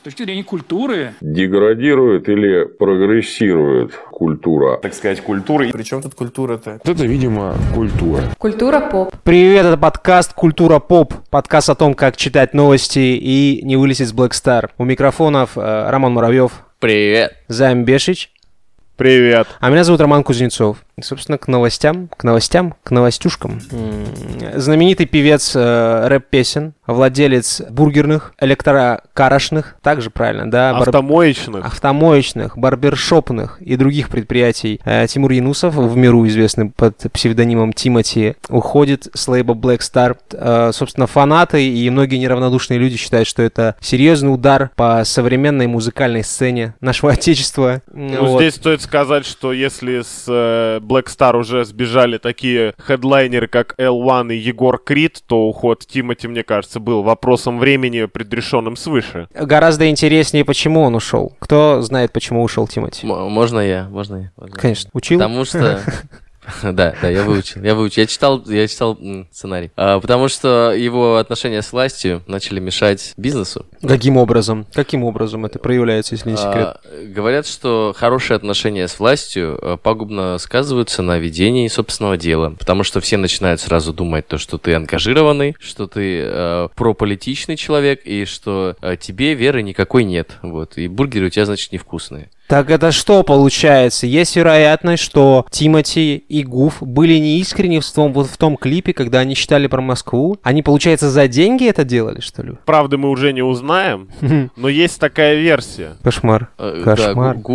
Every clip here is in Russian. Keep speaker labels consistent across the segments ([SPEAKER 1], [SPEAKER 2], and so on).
[SPEAKER 1] точки зрения культуры.
[SPEAKER 2] Деградирует или прогрессирует культура?
[SPEAKER 3] Так сказать, культура.
[SPEAKER 4] Причем тут культура-то?
[SPEAKER 2] Это, видимо, культура.
[SPEAKER 5] Культура поп.
[SPEAKER 6] Привет, это подкаст «Культура поп». Подкаст о том, как читать новости и не вылететь с Black Star. У микрофонов Роман Муравьев.
[SPEAKER 4] Привет.
[SPEAKER 6] Займ Бешич.
[SPEAKER 3] Привет.
[SPEAKER 6] А меня зовут Роман Кузнецов. И, собственно, к новостям, к новостюшкам. Знаменитый певец рэп-песен, владелец бургерных, электрокарошных, также правильно, да? Автомоечных, барбершопных и других предприятий. Тимур Янусов, в миру известный под псевдонимом Тимати, уходит с лейбла Black Star. Собственно, фанаты и многие неравнодушные люди считают, что это серьезный удар по современной музыкальной сцене нашего отечества.
[SPEAKER 3] Вот. Здесь стоит сказать, что если с Black Star уже сбежали такие хедлайнеры, как L1 и Егор Крид, то уход Тимати, мне кажется, был вопросом времени, предрешенным свыше.
[SPEAKER 6] Гораздо интереснее, почему он ушел. Кто знает, почему ушел Тимати?
[SPEAKER 4] Можно я?
[SPEAKER 6] Конечно. Учил?
[SPEAKER 4] Потому что... Да, я выучил. Я читал сценарий. Потому что его отношения с властью начали мешать бизнесу.
[SPEAKER 6] Каким образом? Каким образом это проявляется, если не секрет?
[SPEAKER 4] Говорят, что хорошие отношения с властью пагубно сказываются на ведении собственного дела. Потому что все начинают сразу думать, что ты ангажированный, что ты прополитичный человек, и что тебе веры никакой нет. Вот. И бургеры у тебя, значит, невкусные.
[SPEAKER 6] Так это что получается? Есть вероятность, что Тимати и Гуф были неискренни в том клипе, когда они читали про Москву? Они, получается, за деньги это делали, что ли?
[SPEAKER 3] Правда, мы уже не узнаем, но есть такая версия.
[SPEAKER 6] Кошмар.
[SPEAKER 4] Да,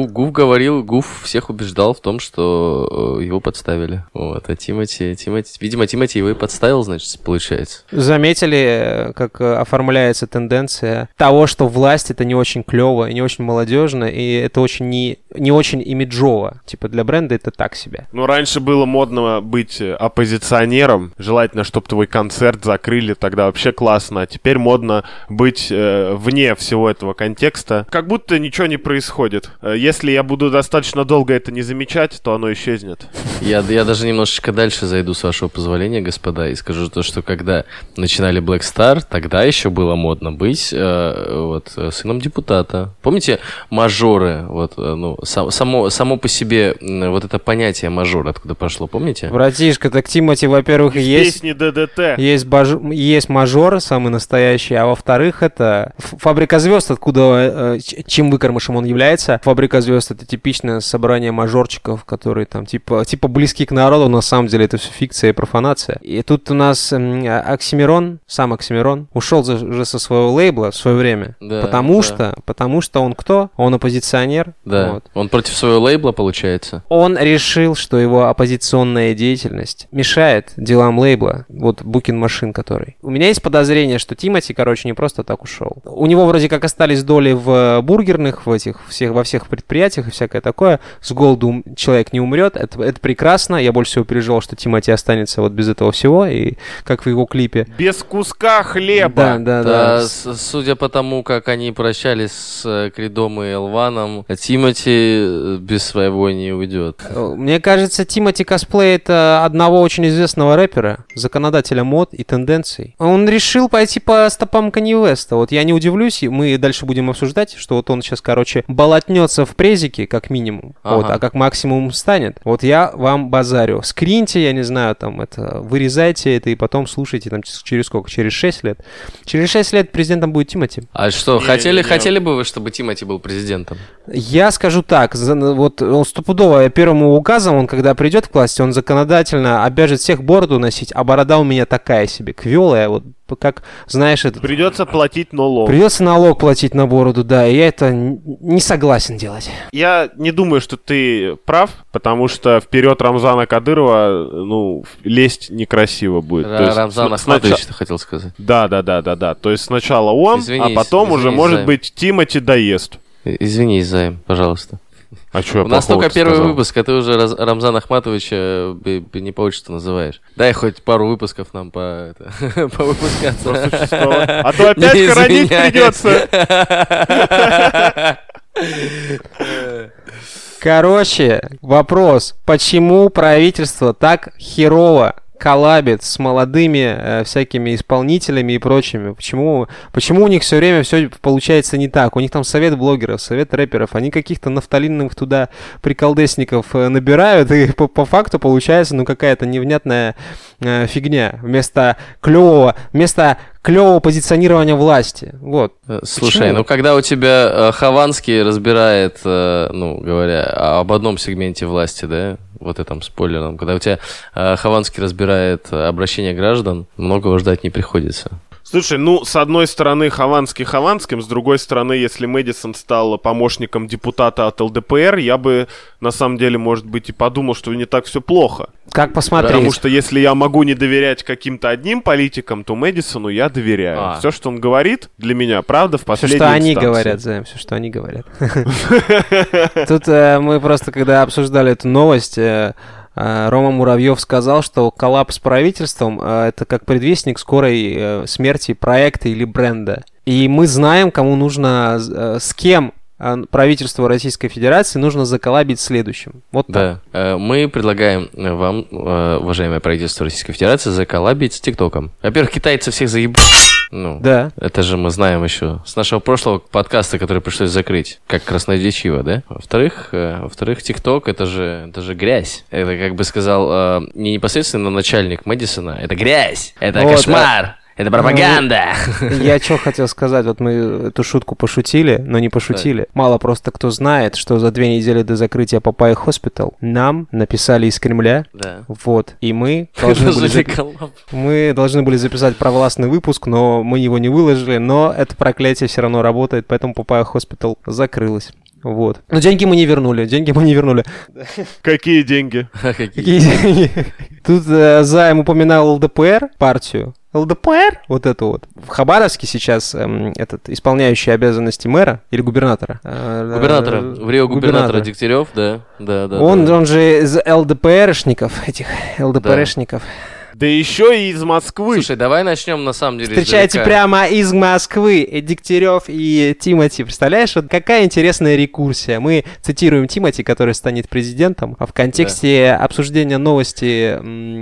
[SPEAKER 4] Гуф всех убеждал в том, что его подставили. Вот, а Тимати, видимо, Тимати его и подставил, значит, получается.
[SPEAKER 6] Заметили, как оформляется тенденция того, что власть — это не очень клево и не очень молодежно, и это очень не очень имиджово. Типа для бренда это так себе.
[SPEAKER 3] Ну, раньше было модно быть оппозиционером. Желательно, чтобы твой концерт закрыли, тогда вообще классно. А теперь модно быть вне всего этого контекста. Как будто ничего не происходит. Если я буду достаточно долго это не замечать, то оно исчезнет.
[SPEAKER 4] Я даже немножечко дальше зайду, с вашего позволения, господа, и скажу то, что когда начинали Black Star, тогда еще было модно быть сыном депутата. Помните мажоры? Вот, само по себе вот это понятие мажор откуда пошло, помните?
[SPEAKER 6] Братишка, так Тимати, во-первых, есть...
[SPEAKER 3] Песни ДДТ.
[SPEAKER 6] Есть мажор, самый настоящий, а во-вторых, это Фабрика звезд, откуда, чем выкормышем он является. Фабрика звезд — это типичное собрание мажорчиков, которые там типа близки к народу, но на самом деле это все фикция и профанация. И тут у нас Оксимирон ушел же со своего лейбла в свое время, потому что он кто? Он оппозиционер.
[SPEAKER 4] Да, вот. Он против своего лейбла, получается.
[SPEAKER 6] Он решил, что его оппозиционная деятельность мешает делам лейбла. Вот Booking Machine, который. У меня есть подозрение, что Тимати, не просто так ушел. У него вроде как остались доли в бургерных, во всех предприятиях и всякое такое. С голоду человек не умрет. Это прекрасно. Я больше всего переживал, что Тимати останется вот без этого всего. И как в его клипе.
[SPEAKER 3] Без куска хлеба.
[SPEAKER 6] Да.
[SPEAKER 4] Судя по тому, как они прощались с Кридом и Элваном, Тимати без своего не уйдет.
[SPEAKER 6] Мне кажется, Тимати косплеит одного очень известного рэпера, законодателя мод и тенденций. Он решил пойти по стопам Канье Уэста. Вот я не удивлюсь, мы дальше будем обсуждать, что вот он сейчас, болотнется в презике, как минимум, а как максимум станет. Вот я вам базарю. Скриньте, я не знаю, вырезайте это и потом слушайте через сколько? Через 6 лет? Через 6 лет президентом будет Тимати.
[SPEAKER 4] А что, хотели бы вы, чтобы Тимати был президентом?
[SPEAKER 6] Я скажу так, вот он стопудово первым указом, он когда придет к власти, он законодательно обяжет всех бороду носить, а борода у меня такая себе, квелая, вот как, знаешь...
[SPEAKER 3] Придется платить налог.
[SPEAKER 6] Придется налог платить на бороду, да, и я это не согласен делать.
[SPEAKER 3] Я не думаю, что ты прав, потому что вперед Рамзана Кадырова, лезть некрасиво будет.
[SPEAKER 4] Рамзан Ахматович, ты хотел сказать.
[SPEAKER 3] Да. То есть сначала он, а потом уже, может быть, Тимати доест.
[SPEAKER 4] Извини, Займ, пожалуйста.
[SPEAKER 3] А что я
[SPEAKER 4] У нас
[SPEAKER 3] плохого
[SPEAKER 4] только первый
[SPEAKER 3] сказал?
[SPEAKER 4] выпуск, а ты уже Рамзана Ахматовича не по отчеству называешь. Дай хоть пару выпусков нам повыпускаться.
[SPEAKER 3] А то опять хоронить придется.
[SPEAKER 6] Короче, вопрос. Почему правительство так херово коллабит с молодыми всякими исполнителями и прочими? Почему у них все время все получается не так? У них там совет блогеров, совет рэперов, они каких-то нафталиновых туда приколдесников набирают, и по факту получается, какая-то невнятная фигня вместо клевого позиционирования власти. Вот.
[SPEAKER 4] Слушай, почему? Когда у тебя Хованский разбирает, говоря об одном сегменте власти, да, вот этом спойлерном, когда у тебя Хованский разбирает обращение граждан, многого ждать не приходится.
[SPEAKER 3] Слушай, с одной стороны, Хованский Хованским, с другой стороны, если Мэдисон стал помощником депутата от ЛДПР, я бы, на самом деле, может быть, и подумал, что не так все плохо.
[SPEAKER 6] Как посмотреть?
[SPEAKER 3] Потому что если я могу не доверять каким-то одним политикам, то Мэдисону я доверяю. Все, что он говорит, для меня правда в последней инстанции.
[SPEAKER 6] Все, что они говорят, Займ, все, что они говорят. Тут мы просто, когда обсуждали эту новость... Рома Муравьев сказал, что коллапс с правительством это как предвестник скорой смерти проекта или бренда. И мы знаем, кому нужно, с кем правительству Российской Федерации нужно заколлабить следующим. Вот так.
[SPEAKER 4] Да. Мы предлагаем вам, уважаемое правительство Российской Федерации, заколлабить с ТикТоком. Во-первых, китайцы всех заебали.
[SPEAKER 6] Да.
[SPEAKER 4] Это же мы знаем еще с нашего прошлого подкаста, который пришлось закрыть, как краснодичиво, да? Во-вторых, ТикТок это же грязь. Это, как бы сказал не непосредственно начальник Мэдисона, это грязь, это кошмар. Это пропаганда!
[SPEAKER 6] Я что хотел сказать, вот мы эту шутку пошутили, но не пошутили. Да. Мало просто кто знает, что за 2 недели до закрытия Папайя Хоспитал нам написали из Кремля, вот, и мы должны были записать провластный выпуск, но мы его не выложили, но это проклятие все равно работает, поэтому Папайя Хоспитал закрылась. Вот. Но деньги мы не вернули.
[SPEAKER 3] Какие деньги?
[SPEAKER 6] Какие деньги? Тут Займ упоминал ЛДПР, партию. ЛДПР, вот это вот. В Хабаровске сейчас этот исполняющий обязанности мэра или губернатора?
[SPEAKER 4] В Рио губернатора Дегтярев, да.
[SPEAKER 6] Он же из ЛДПРшников, ЛДПРшников.
[SPEAKER 3] Да еще и из Москвы.
[SPEAKER 4] Слушай, давай начнем на самом деле.
[SPEAKER 6] Встречайте прямо из Москвы Дегтярев и Тимати. Представляешь, вот какая интересная рекурсия. Мы цитируем Тимати, который станет президентом, а в контексте обсуждения новости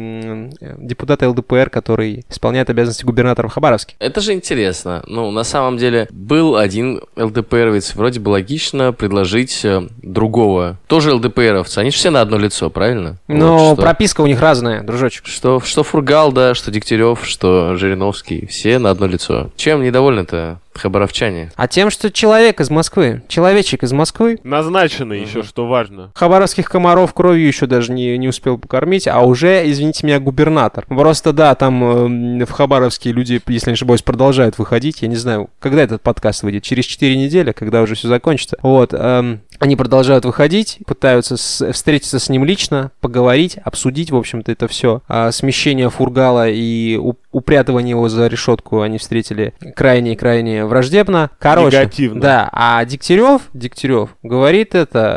[SPEAKER 6] депутата ЛДПР, который исполняет обязанности губернатора в Хабаровске.
[SPEAKER 4] Это же интересно. На самом деле, был один ЛДПРовец. Вроде бы логично предложить другого. Тоже ЛДПРовца. Они же все на одно лицо, правильно?
[SPEAKER 6] Но прописка у них разная, дружочек.
[SPEAKER 4] Что Фургал, да, что Дегтярев, что Жириновский, все на одно лицо. Чем недовольны-то хабаровчане?
[SPEAKER 6] А тем, что человек из Москвы, человечек из Москвы.
[SPEAKER 3] Назначенный еще, что важно.
[SPEAKER 6] Хабаровских комаров кровью еще даже не успел покормить, а уже, извините меня, губернатор. Просто, да, там в Хабаровске люди, если не ошибаюсь, продолжают выходить. Я не знаю, когда этот подкаст выйдет, через 4 недели, когда уже все закончится. Вот, они продолжают выходить, пытаются встретиться с ним лично, поговорить, обсудить, в общем-то, это все. Смещение Фургала и упрятывание его за решетку они встретили крайне враждебно.
[SPEAKER 3] Негативно.
[SPEAKER 6] Да, а Дегтярев говорит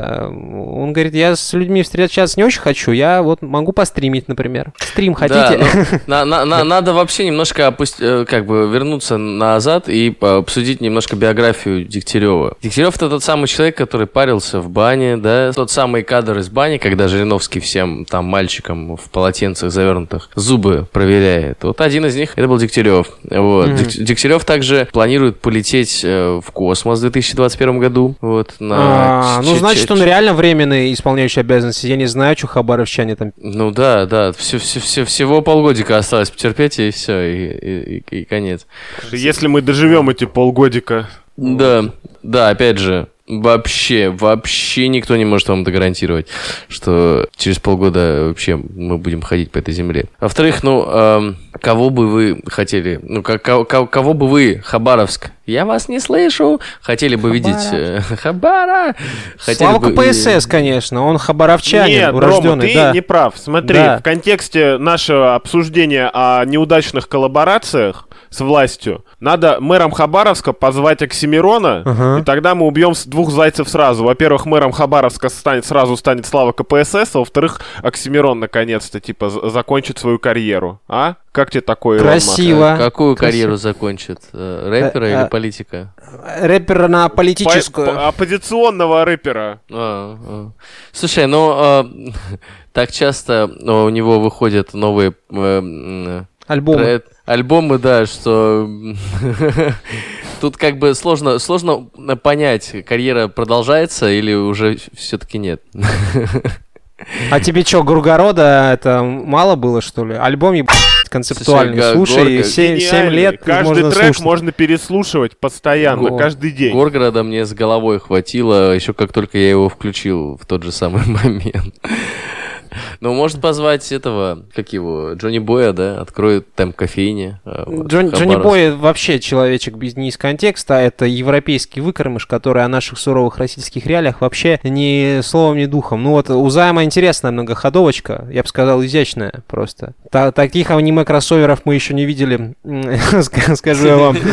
[SPEAKER 6] он говорит, я с людьми встречаться не очень хочу, я вот могу постримить, например. Стрим хотите?
[SPEAKER 4] Да, надо вообще немножко вернуться назад и обсудить немножко биографию Дегтярева. Дегтярев — это тот самый человек, который парился в бане, да, тот самый кадр из бани, когда Жириновский всем там мальчикам в полотенцах завернутых зубы проверяет. Вот один из них, это был Дегтярев. Вот. Дегтярев также планирует полететь в космос в 2021 году. Вот,
[SPEAKER 6] значит, он реально временный исполняющий обязанности. Я не знаю, что хабаровчане там...
[SPEAKER 4] Да. Всего полгодика осталось потерпеть, и все, и конец.
[SPEAKER 3] Если мы доживем эти полгодика...
[SPEAKER 4] Да, опять же, вообще никто не может вам догарантировать, что через полгода вообще мы будем ходить по этой земле. Во-вторых, кого бы вы хотели, кого бы вы, Хабаровск, я вас не слышу, хотели бы видеть Хабара?
[SPEAKER 6] Слава КПСС, конечно, он хабаровчанин.
[SPEAKER 3] Нет,
[SPEAKER 6] урожденный,
[SPEAKER 3] Рома, ты не прав. Смотри, в контексте нашего обсуждения о неудачных коллаборациях с властью, надо мэром Хабаровска позвать Оксимирона, и тогда мы убьем 2 зайцев сразу. Во-первых, мэром Хабаровска сразу станет Слава КПСС, а во-вторых, Оксимирон наконец-то, закончит свою карьеру. А? Как тебе такое,
[SPEAKER 6] красиво.
[SPEAKER 4] Какую карьеру закончит? Рэпера или политика?
[SPEAKER 6] Рэпера на политическую.
[SPEAKER 3] Оппозиционного рэпера.
[SPEAKER 4] Слушай, так часто у него выходят новые альбомы, да, что тут как бы сложно понять, карьера продолжается или уже все-таки нет.
[SPEAKER 6] А тебе что, Горгорода это мало было, что ли? Альбом концептуальный. Слушай, 7 лет
[SPEAKER 3] каждый
[SPEAKER 6] можно
[SPEAKER 3] трек
[SPEAKER 6] слушать.
[SPEAKER 3] можно переслушивать постоянно, каждый день.
[SPEAKER 4] Горгорода мне с головой хватило, еще как только я его включил в тот же самый момент. Ну, может позвать этого, Джонни Боя, да? Откроет темп кофейни.
[SPEAKER 6] Джонни Бой вообще человечек не из контекста, это европейский выкормыш, который о наших суровых российских реалиях вообще ни словом, ни духом. Ну вот у Займа интересная многоходовочка, я бы сказал, изящная просто. Таких аниме-кроссоверов мы еще не видели, скажу я вам.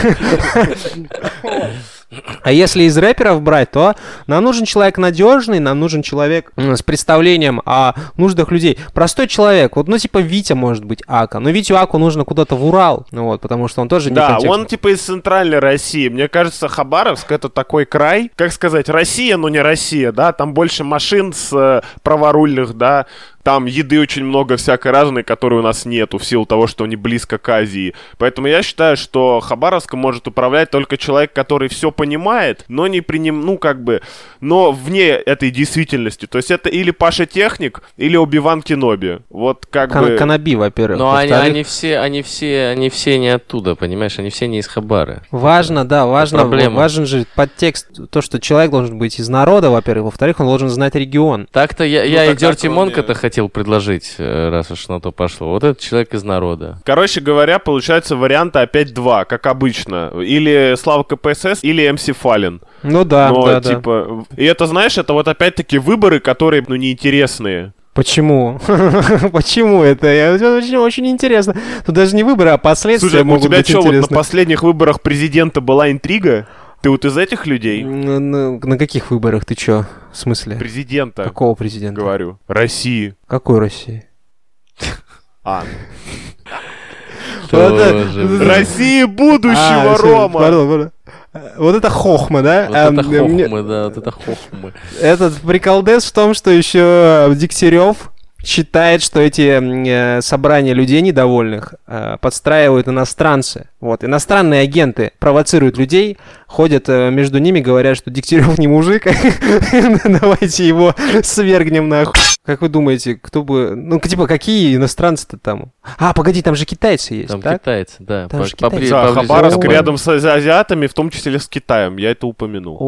[SPEAKER 6] А если из рэперов брать, то нам нужен человек надежный, нам нужен человек с представлением о нуждах людей. Простой человек, вот, типа Витя, может быть, Ака. Но Витю Аку нужно куда-то в Урал, вот, потому что он тоже не контекст.
[SPEAKER 3] Да, он типа из центральной России. Мне кажется, Хабаровск — это такой край, как сказать, Россия, но не Россия, да, там больше машин с праворульных, да, там еды очень много всякой разной, которой у нас нету, в силу того, что они близко к Азии. Поэтому я считаю, что Хабаровском может управлять только человек, который все понимает, но не но вне этой действительности. То есть это или Паша Техник, или Оби-Ван Кеноби. Вот
[SPEAKER 6] Канаби, во-первых.
[SPEAKER 4] Но они все не оттуда, понимаешь? Они все не из Хабары.
[SPEAKER 6] Важно. Важен же подтекст, то, что человек должен быть из народа, во-первых. Во-вторых, он должен знать регион.
[SPEAKER 4] Так-то я и Дёрти Монка-то хотел предложить, раз уж на то пошло. Вот этот человек из народа.
[SPEAKER 3] Короче говоря, получается варианта опять два, как обычно. Или Слава КПСС, или МС Фалин.
[SPEAKER 6] Ну да, да.
[SPEAKER 3] И это, знаешь, это вот опять-таки выборы, которые, неинтересные.
[SPEAKER 6] Почему? Почему это? Очень интересно. Тут даже не выборы, а последствия могут быть интересны.
[SPEAKER 3] Слушай, у тебя что, на последних выборах президента была интрига? Ты вот из этих людей?
[SPEAKER 6] На каких выборах? Ты чё? В смысле?
[SPEAKER 3] Президента.
[SPEAKER 6] Какого президента?
[SPEAKER 3] Говорю. России.
[SPEAKER 6] Какой России?
[SPEAKER 3] России будущего, Рома!
[SPEAKER 6] Пардон. Вот это хохма, да?
[SPEAKER 4] Вот это хохма.
[SPEAKER 6] Этот приколдес в том, что еще Дегтярев считает, что эти собрания людей недовольных подстраивают иностранцы. Вот, иностранные агенты провоцируют людей, ходят между ними, говорят, что Дегтярев не мужик, давайте его свергнем нахуй. Как вы думаете, кто бы... какие иностранцы-то там? Погоди, там же китайцы есть,
[SPEAKER 4] там
[SPEAKER 6] так?
[SPEAKER 4] Китайцы, да.
[SPEAKER 6] Там же китайцы.
[SPEAKER 3] Хабаровск рядом с азиатами, в том числе с Китаем. Я это упомянул.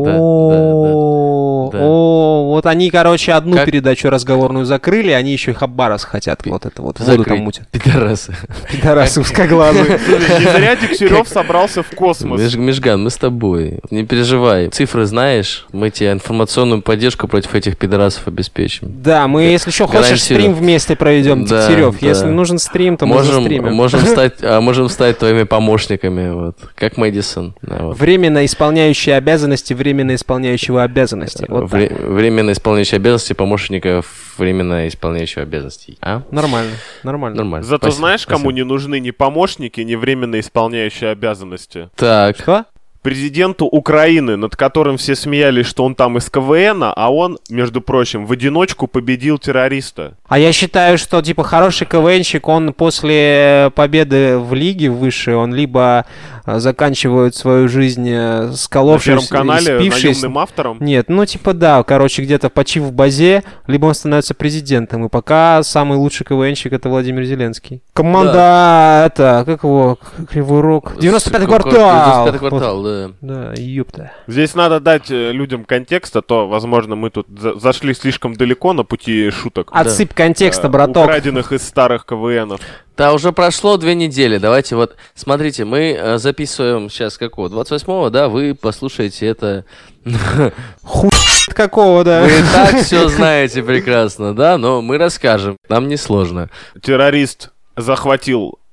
[SPEAKER 6] Вот они, одну передачу разговорную закрыли, они еще и Хабаровск хотят. Вот это вот, воду там мутят.
[SPEAKER 4] Пидорасы.
[SPEAKER 6] Пидорасы узкоглазые.
[SPEAKER 3] Не зря Дегтярев собрался в космос.
[SPEAKER 4] Мишган, мы с тобой. Не переживай. Цифры знаешь, мы тебе информационную поддержку против этих пидорасов обеспечим.
[SPEAKER 6] Да, мы, если что, хочешь, стрим вместе проведем, Дегтярев. Если нужен стрим, то мы застримим.
[SPEAKER 4] Можем стать твоими помощниками, вот. Как Мэдисон.
[SPEAKER 6] Временно исполняющие обязанности временно исполняющего обязанности.
[SPEAKER 4] Временно исполняющие обязанности помощников временно исполняющего обязанностей. Нормально.
[SPEAKER 3] Зато знаешь, кому не нужны ни помощники, ни временно исполняющие обязанности?
[SPEAKER 4] Так.
[SPEAKER 6] Что?
[SPEAKER 3] Президенту Украины, над которым все смеялись, что он там из КВН, а он, между прочим, в одиночку победил террориста.
[SPEAKER 6] А я считаю, что, хороший КВНщик, он после победы в лиге высшей, он либо заканчивает свою жизнь сколовшись,
[SPEAKER 3] на Первом канале
[SPEAKER 6] спившись.
[SPEAKER 3] наемным автором?
[SPEAKER 6] Нет, где-то почив в базе, либо он становится президентом. И пока самый лучший КВНщик — это Владимир Зеленский. Команда, как его, Кривой Рог. 95-й квартал.
[SPEAKER 4] 95-й квартал, да.
[SPEAKER 6] Да, ёпта.
[SPEAKER 3] Здесь надо дать людям контекст, а то, возможно, мы тут зашли слишком далеко на пути шуток.
[SPEAKER 6] Отсыпь контекста, браток.
[SPEAKER 3] Украденных из старых КВНов.
[SPEAKER 4] Да, уже прошло 2 недели. Давайте смотрите, мы записываем сейчас 28-го, да, вы послушаете это...
[SPEAKER 6] Хуй какого, да.
[SPEAKER 4] Вы и так все знаете прекрасно, да, но мы расскажем, нам несложно.
[SPEAKER 3] Террорист захватил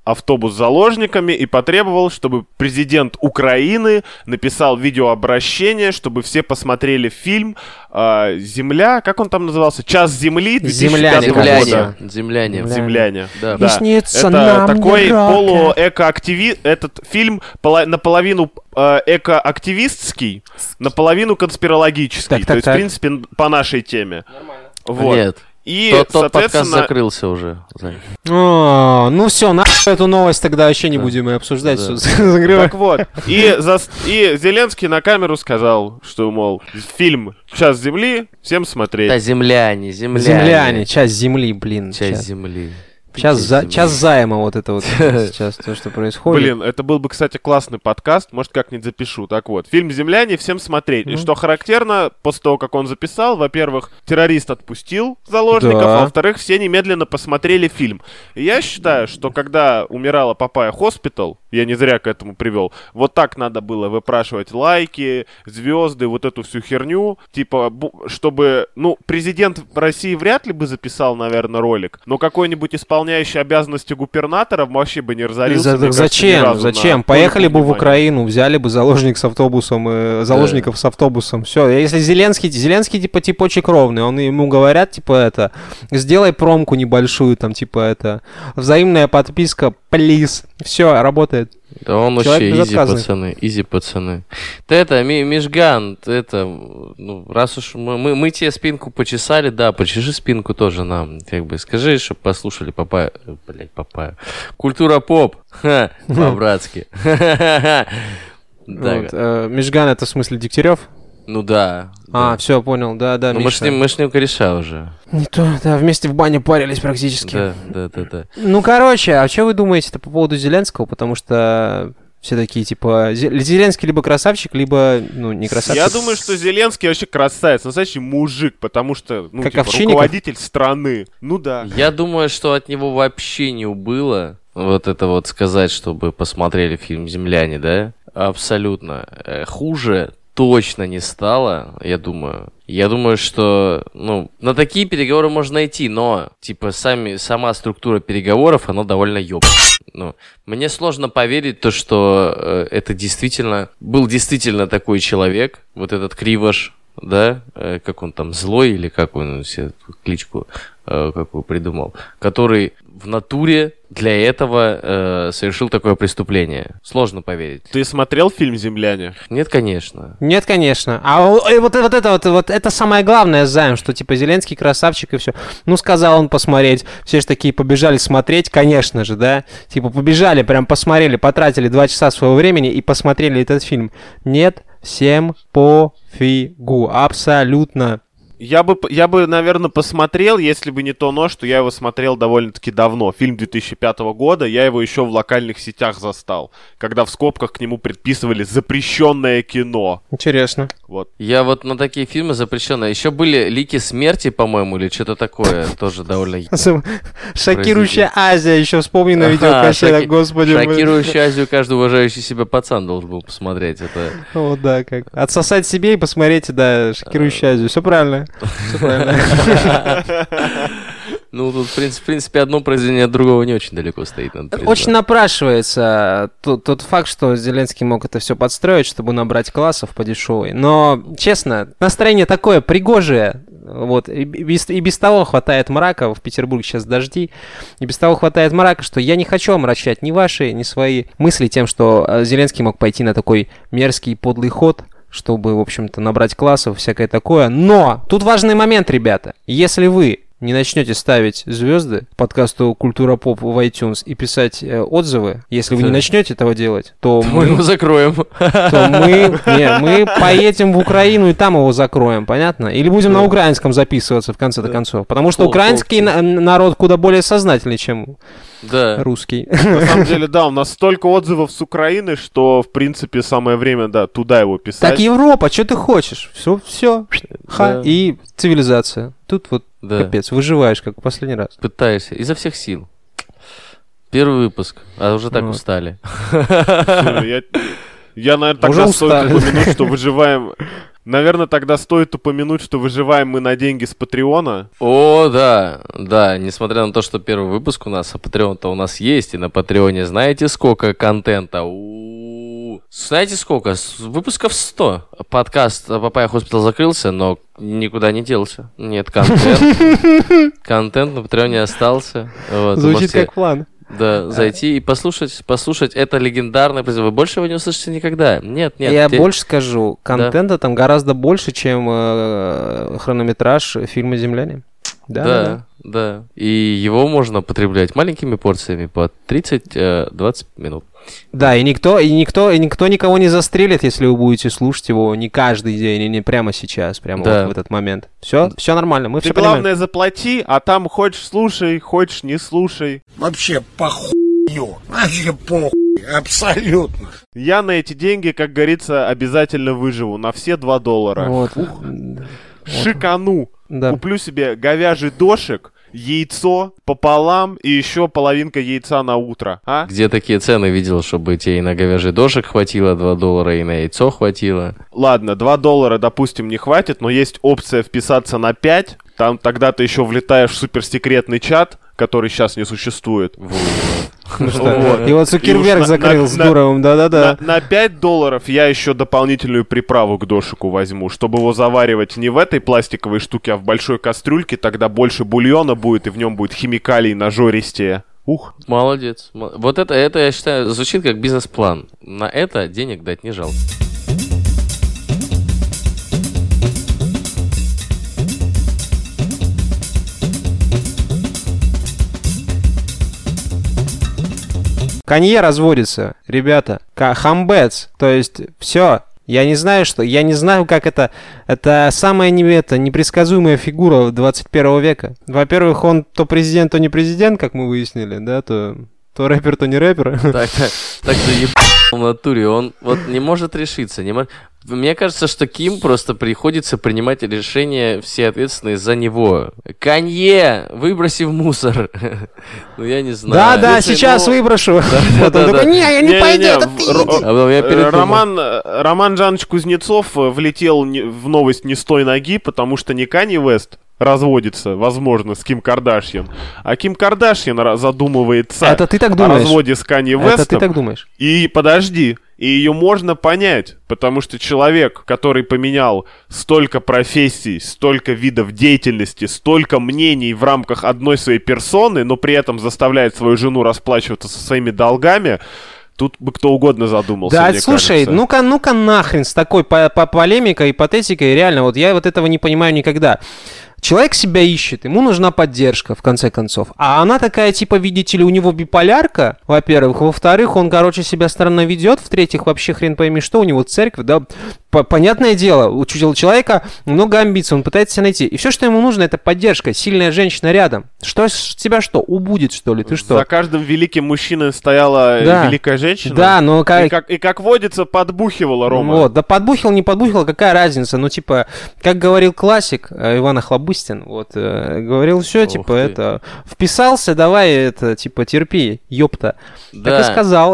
[SPEAKER 3] автобус с заложниками и потребовал, чтобы президент Украины написал видеообращение, чтобы все посмотрели фильм «Земля», как он там назывался? «Час земли» 2005 года.
[SPEAKER 4] Земляне. Да.
[SPEAKER 3] Да.
[SPEAKER 6] Снится
[SPEAKER 3] Это
[SPEAKER 6] нам
[SPEAKER 3] такой
[SPEAKER 6] Европа.
[SPEAKER 3] полуэкоактивист. Этот фильм наполовину экоактивистский, наполовину конспирологический.
[SPEAKER 6] Так,
[SPEAKER 3] То есть,
[SPEAKER 6] так.
[SPEAKER 3] в принципе, по нашей теме. Вот.
[SPEAKER 4] Нет.
[SPEAKER 3] И,
[SPEAKER 4] Тот подкаст
[SPEAKER 3] соответственно,
[SPEAKER 4] закрылся уже. Зань.
[SPEAKER 6] Ну все, нахуй эту новость тогда вообще не будем и обсуждать.
[SPEAKER 4] Да.
[SPEAKER 6] Всё, закрывай.
[SPEAKER 3] так вот. И Зеленский на камеру сказал, что, мол, фильм «Час земли» всем смотреть.
[SPEAKER 4] Да, земляне.
[SPEAKER 6] Земляне, часть земли, блин.
[SPEAKER 4] Часть земли.
[SPEAKER 6] Час
[SPEAKER 4] Часть
[SPEAKER 6] займа вот это вот сейчас, то, что происходит.
[SPEAKER 3] Блин, это был бы, кстати, классный подкаст, может, как-нибудь запишу. Так вот, фильм «Земляне» всем смотреть. И что характерно, после того, как он записал, во-первых, террорист отпустил заложников,
[SPEAKER 6] Да.
[SPEAKER 3] а во-вторых, все немедленно посмотрели фильм. И я считаю, что когда умирала Папайя Хоспитал, я не зря к этому привел, вот так надо было выпрашивать лайки, звезды, вот эту всю херню, типа, чтобы, президент России вряд ли бы записал, наверное, ролик, но какой-нибудь исполняющий обязанности губернатора вообще бы не разорился. Мне кажется, ни разу
[SPEAKER 6] Зачем?
[SPEAKER 3] на
[SPEAKER 6] Поехали бы в
[SPEAKER 3] внимание.
[SPEAKER 6] Украину, взяли бы заложников с автобусом, все. Если Зеленский типа типочек ровный, ему говорят, типа сделай промку небольшую, там, типа взаимная подписка, плиз. Все, работает.
[SPEAKER 4] Да он
[SPEAKER 6] Человек
[SPEAKER 4] вообще изи пацаны. Ты Мишган, раз уж мы тебе спинку почесали, да, почеши спинку тоже нам, как бы, скажи, чтобы послушали Папайю. Культура поп, по-братски.
[SPEAKER 6] Мишган — это в смысле Дегтярев?
[SPEAKER 4] Ну да.
[SPEAKER 6] Все, понял, да,
[SPEAKER 4] Ну мы с ним кореша уже.
[SPEAKER 6] Не то, да, вместе в бане парились практически.
[SPEAKER 4] Да.
[SPEAKER 6] Ну, короче, а что вы думаете-то по поводу Зеленского? Потому что все такие, типа, Зеленский либо красавчик, либо, не красавчик.
[SPEAKER 3] Я думаю, что Зеленский вообще красавец, настоящий мужик, потому что,
[SPEAKER 6] Как Овчинников?
[SPEAKER 3] руководитель страны. Ну да.
[SPEAKER 4] Я думаю, что от него вообще не убыло вот это вот сказать, чтобы посмотрели фильм «Земляне», да? Абсолютно. Хуже точно не стало, я думаю. Я думаю, что, на такие переговоры можно идти, но, типа, сама структура переговоров, она довольно ёбаная. Мне сложно поверить то, что это был действительно такой человек, вот этот Кривош, да, как он там, Злой, или как он себе кличку какую придумал, который в натуре для этого совершил такое преступление. Сложно поверить.
[SPEAKER 3] Ты смотрел фильм «Земляне»?
[SPEAKER 4] Нет, конечно.
[SPEAKER 6] Нет, конечно. А вот это самое главное, Займ, что типа Зеленский красавчик и все. Сказал он посмотреть. Все же такие побежали смотреть, конечно же, да? Типа побежали, прям посмотрели, потратили 2 часа своего времени и посмотрели этот фильм. Нет, всем пофигу. Абсолютно.
[SPEAKER 3] Я бы, наверное, посмотрел, если бы не то, что я его смотрел довольно-таки давно. Фильм 2005 года, я его еще в локальных сетях застал, когда в скобках к нему предписывали «запрещенное кино».
[SPEAKER 6] Интересно.
[SPEAKER 3] Вот.
[SPEAKER 4] Я вот на такие фильмы запрещенные. Еще были «Лики смерти», по-моему, или что-то такое, тоже довольно...
[SPEAKER 6] Шокирующая Азия, еще вспомни на видеокассетах, господи.
[SPEAKER 4] Шокирующую Азию каждый уважающий себя пацан должен был посмотреть. Это...
[SPEAKER 6] Вот, да, как. Отсосать себе и посмотреть, да, шокирующую Азию. Все правильно. Все правильно.
[SPEAKER 4] Тут, в принципе, одно произведение от другого не очень далеко стоит.
[SPEAKER 6] Очень напрашивается тот факт, что Зеленский мог это все подстроить, чтобы набрать классов по дешевой. Но, честно, настроение такое пригожее. Вот, и без того хватает мрака, в Петербурге сейчас дожди, и без того хватает мрака, что я не хочу омрачать ни ваши, ни свои мысли тем, что Зеленский мог пойти на такой мерзкий подлый ход, чтобы, в общем-то, набрать классов, всякое такое. Но тут важный момент, ребята. Если вы не начнете ставить звезды подкасту «Культура поп» в iTunes и писать отзывы, если вы не начнете этого делать, то
[SPEAKER 4] мы его закроем.
[SPEAKER 6] То мы поедем в Украину и там его закроем, понятно? Или будем на украинском записываться в конце-то концов. Потому что украинский народ куда более сознательный, чем русский.
[SPEAKER 3] На самом деле, да, у нас столько отзывов с Украины, что, в принципе, самое время, да, туда его писать.
[SPEAKER 6] Так Европа, что ты хочешь? Все, и цивилизация. Тут вот капец, выживаешь, как в последний раз.
[SPEAKER 4] Пытаешься, изо всех сил. Первый выпуск, а уже так устали.
[SPEAKER 3] Я, наверное, тогда стоит упомянуть, что выживаем Наверное, тогда стоит упомянуть, что выживаем мы на деньги с Патреона.
[SPEAKER 4] О, да, несмотря на то, что первый выпуск у нас, а Патреон-то у нас есть, и на Патреоне знаете сколько контента? Знаете сколько? Выпусков 100. Подкаст «Папайя Хоспитал» закрылся, но никуда не делся. Нет, контент на Патреоне остался. Вот,
[SPEAKER 6] Звучит как план.
[SPEAKER 4] Да, зайти и послушать это легендарное произведение. Вы больше его не услышите никогда. Нет.
[SPEAKER 6] Я больше скажу, контента там гораздо больше, чем хронометраж фильма «Земляне».
[SPEAKER 4] Да. И его можно потреблять маленькими порциями по 30-20 минут.
[SPEAKER 6] Да, и никто никого не застрелит, если вы будете слушать его не каждый день, и не прямо сейчас, прямо вот в этот момент. Все нормально, мы все понимаем.
[SPEAKER 3] Ты, главное, заплати, а там хочешь слушай, хочешь не слушай.
[SPEAKER 1] Вообще похую, абсолютно.
[SPEAKER 3] Я на эти деньги, как говорится, обязательно выживу, на все $2.
[SPEAKER 6] Вот.
[SPEAKER 3] Шикану. Да. Куплю себе говяжий дошик, яйцо пополам и еще половинка яйца на утро. А?
[SPEAKER 4] Где такие цены видел, чтобы тебе и на говяжий дошик хватило $2, и на яйцо хватило?
[SPEAKER 3] Ладно, $2, допустим, не хватит, но есть опция вписаться на 5. Там тогда ты еще влетаешь в суперсекретный чат, который сейчас не существует.
[SPEAKER 6] Его Цукерберг закрыл с Дуровым, да-да-да.
[SPEAKER 3] На $5 я еще дополнительную приправу к дошику возьму, чтобы его заваривать не в этой пластиковой штуке, а в большой кастрюльке, тогда больше бульона будет, и в нем будет химикалий нажористее. Ух.
[SPEAKER 4] Молодец. Вот это, я считаю, звучит как бизнес-план. На это денег дать не жалко.
[SPEAKER 6] Канье разводится, ребята. Хамбец. То есть, все. Я не знаю, как это... Это самая непредсказуемая фигура 21 века. Во-первых, он то президент, то не президент, как мы выяснили, да, то рэпер, то не рэпер.
[SPEAKER 4] Так заебал в натуре. Он вот не может решиться. Мне кажется, что Ким просто приходится принимать решения все ответственные за него. Канье, выброси в мусор. Ну, я не знаю.
[SPEAKER 6] Да, сейчас выброшу. Потом такой, я не пойду, это ты.
[SPEAKER 3] Роман Жанович Кузнецов влетел в новость не с той ноги, потому что не Канье Уэст разводится, возможно, с Ким Кардашьян, а Ким Кардашьян задумывается
[SPEAKER 6] о
[SPEAKER 3] разводе с Канье Уэстом.
[SPEAKER 6] Это ты так думаешь?
[SPEAKER 3] И подожди. И ее можно понять, потому что человек, который поменял столько профессий, столько видов деятельности, столько мнений в рамках одной своей персоны, но при этом заставляет свою жену расплачиваться со своими долгами, тут бы кто угодно задумался,
[SPEAKER 6] да, слушай, кажется. ну-ка нахрен с такой полемикой, ипотетикой, реально, вот я вот этого не понимаю никогда. Человек себя ищет, ему нужна поддержка, в конце концов. А она такая, типа, видите ли, у него биполярка, во-первых. Во-вторых, он, себя странно ведет. В-третьих, вообще хрен пойми, что у него церковь, да. Понятное дело, у человека много амбиций, он пытается себя найти. И все, что ему нужно, это поддержка, сильная женщина рядом. Что тебя убудет, что ли? Ты что?
[SPEAKER 3] За каждым великим мужчиной стояла великая женщина.
[SPEAKER 6] Да, но...
[SPEAKER 3] И как водится, подбухивала Рома.
[SPEAKER 6] Вот, да подбухивал, не подбухивал, какая разница? Ну, типа, как говорил классик Иван Охлобыстин, говорил, все, типа, вписался, давай, типа, терпи, ёпта.
[SPEAKER 4] Да.
[SPEAKER 6] Так и сказал.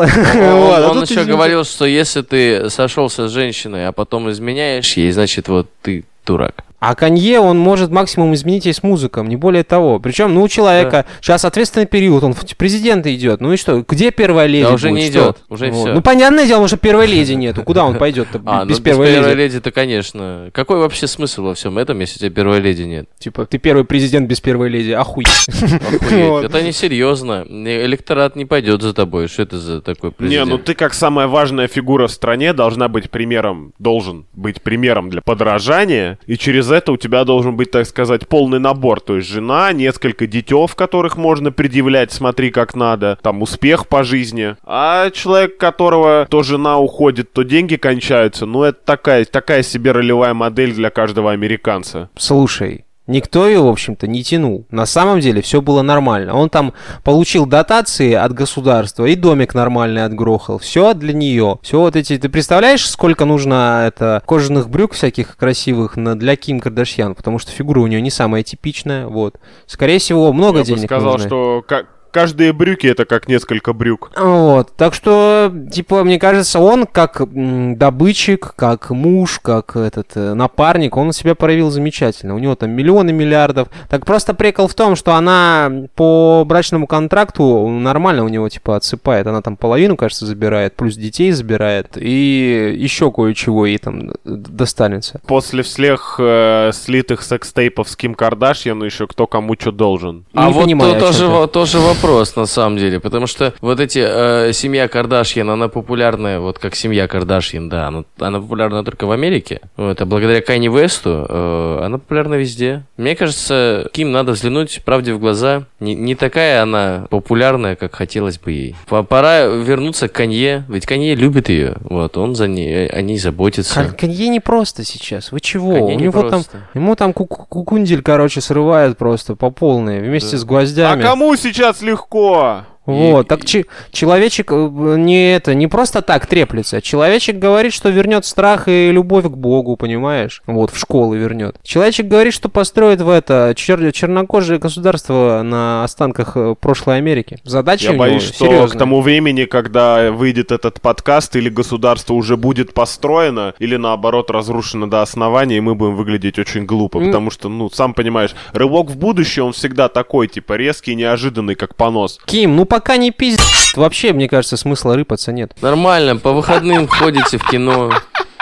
[SPEAKER 4] Он еще говорил, что если ты сошелся с женщиной, а потом изменяешь ей, значит, вот ты дурак.
[SPEAKER 6] А Канье, он может максимум изменить ей с музыком, не более того. Причем, у человека сейчас ответственный период, он в президенты идет. Ну и что, где первая леди будет?
[SPEAKER 4] Уже не идет, уже все.
[SPEAKER 6] Ну, понятное дело, что первой леди нету. Куда он пойдет без первой леди?
[SPEAKER 4] Первой леди-то, конечно. Какой вообще смысл во всем этом, если у тебя первой леди нет?
[SPEAKER 6] Типа, ты первый президент без первой леди, охуеть.
[SPEAKER 4] Это несерьезно. Электорат не пойдет за тобой. Что это за такой президент?
[SPEAKER 3] Не, ты как самая важная фигура в стране должен быть примером для подражания, и через это у тебя должен быть, так сказать, полный набор. То есть жена, несколько детев, которых можно предъявлять, смотри как надо, там успех по жизни. А человек, которого то жена уходит, то деньги кончаются, это такая себе ролевая модель для каждого американца.
[SPEAKER 6] Слушай, никто ее, в общем-то, не тянул. На самом деле все было нормально. Он там получил дотации от государства и домик нормальный отгрохал. Все для нее. Все ты представляешь, сколько нужно кожаных брюк всяких красивых для Ким Кардашьян? Потому что фигура у нее не самая типичная. Скорее всего, много денег нужно.
[SPEAKER 3] Я бы сказал, что Каждые брюки — это как несколько брюк.
[SPEAKER 6] Вот, так что, типа, мне кажется, он как добытчик, как муж, как этот напарник, он себя проявил замечательно. У него там миллионы миллиардов. Так просто прикол в том, что она по брачному контракту нормально у него, типа, отсыпает. Она там половину, кажется, забирает, плюс детей забирает, и еще кое-чего ей там достанется.
[SPEAKER 3] После всех слитых секстейпов с Ким Кардашьян еще кто кому что должен.
[SPEAKER 4] А
[SPEAKER 6] Не
[SPEAKER 4] вот
[SPEAKER 6] понимаю, о чем ты.
[SPEAKER 4] тоже вопрос, на самом деле, потому что вот эти семья Кардашьян, она популярная, вот как семья Кардашьян, да, она популярна только в Америке, вот, а благодаря Канье Уэсту она популярна везде. Мне кажется, Ким надо взглянуть правде в глаза, не такая она популярная, как хотелось бы ей. Пора вернуться к Канье, ведь Канье любит ее, вот, он о ней заботится.
[SPEAKER 6] Канье не просто сейчас, вы чего?
[SPEAKER 4] Канье
[SPEAKER 6] У
[SPEAKER 4] не
[SPEAKER 6] него там,
[SPEAKER 4] просто.
[SPEAKER 6] ему там кукундель, короче, срывает просто по полной, вместе с
[SPEAKER 3] А
[SPEAKER 6] гвоздями.
[SPEAKER 3] кому сейчас легко?
[SPEAKER 6] Вот, так человечек не просто так треплется. Человечек говорит, что вернет страх и любовь к Богу, понимаешь? Вот, в школы вернет. Человечек говорит, что построит в это чернокожее государство на останках прошлой Америки. Задача
[SPEAKER 3] Я
[SPEAKER 6] у него
[SPEAKER 3] боюсь, что
[SPEAKER 6] серьезная.
[SPEAKER 3] к тому времени, когда выйдет этот подкаст, или государство уже будет построено, или наоборот разрушено до основания, и мы будем выглядеть очень глупо. Потому что, сам понимаешь, рывок в будущее, он всегда такой, типа, резкий, неожиданный, как понос.
[SPEAKER 6] Ким, пока не пиздец, вообще, мне кажется, смысла рыпаться нет.
[SPEAKER 4] Нормально, по выходным ходите в кино.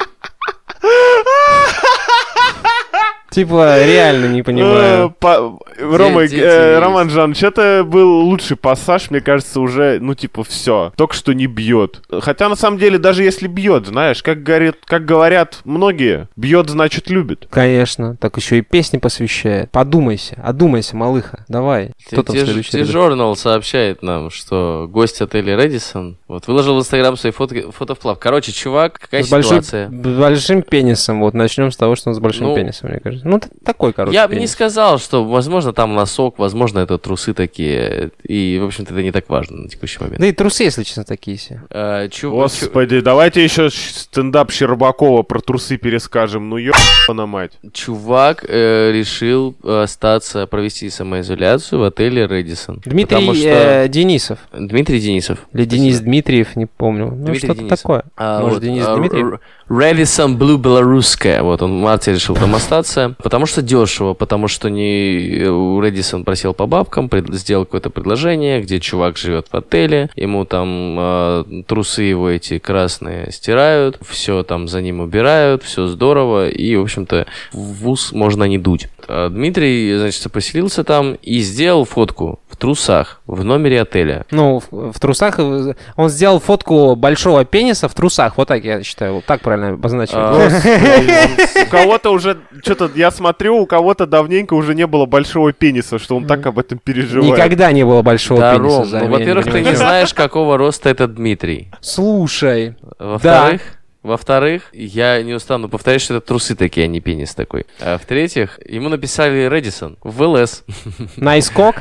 [SPEAKER 6] Типа, реально не понимаю.
[SPEAKER 3] Рома,
[SPEAKER 4] Дети
[SPEAKER 3] Роман Жанович, это был лучший пассаж, мне кажется, уже, все. Только что не бьет. Хотя, на самом деле, даже если бьет, знаешь, как говорят многие, бьет, значит, любит.
[SPEAKER 6] Конечно, так еще и песни посвящает. Одумайся, малыха, давай. Кто там следующий?
[SPEAKER 4] T-Journal сообщает нам, что гость отеля Рэдисон выложил в Инстаграм свои фото вплав. Короче, чувак, какая ситуация?
[SPEAKER 6] Большим пенисом, вот начнем с того, что он с большим пенисом, мне кажется. Такой, короче,
[SPEAKER 4] я бы не
[SPEAKER 6] пенис.
[SPEAKER 4] сказал, что, возможно, там носок, возможно, это трусы такие, и, в общем-то, это не так важно на текущий момент.
[SPEAKER 6] Да и трусы, если честно, такие все.
[SPEAKER 3] Господи, давайте еще стендап Щербакова про трусы перескажем. Ёбана мать.
[SPEAKER 4] Чувак решил провести самоизоляцию в отеле Рэдисон.
[SPEAKER 6] Дмитрий Денисов.
[SPEAKER 4] Дмитрий Денисов.
[SPEAKER 6] Или Денис Дмитриев, не помню.
[SPEAKER 4] Дмитрий
[SPEAKER 6] что-то
[SPEAKER 4] Денисов.
[SPEAKER 6] такое. Может, Денис Дмитриев?
[SPEAKER 4] Рэдисон Блю Белорусская. Вот он в марте решил там остаться. Потому что дешево, потому что Рэдисон просил по бабкам, сделал какое-то предложение, где чувак живет в отеле, ему там трусы его эти красные стирают, все там за ним убирают, все здорово, и, в общем-то, в вуз можно не дуть. Дмитрий, значит, поселился там и сделал фотку в трусах в номере отеля.
[SPEAKER 6] В трусах он сделал фотку большого пениса в трусах. Вот так, я считаю, вот так правильно обозначить.
[SPEAKER 3] У кого-то уже, что-то, я смотрю, у кого-то давненько уже не было большого пениса, что он так об этом переживает.
[SPEAKER 6] Никогда не было большого
[SPEAKER 4] Да,
[SPEAKER 6] пениса.
[SPEAKER 4] Ром, во-первых, ты не знаешь, какого роста этот Дмитрий.
[SPEAKER 6] Слушай.
[SPEAKER 4] Во-вторых, я не устану повторять, что это трусы такие, а не пенис такой. А в-третьих, ему написали Рэдисон в ЛС.
[SPEAKER 6] Найскок?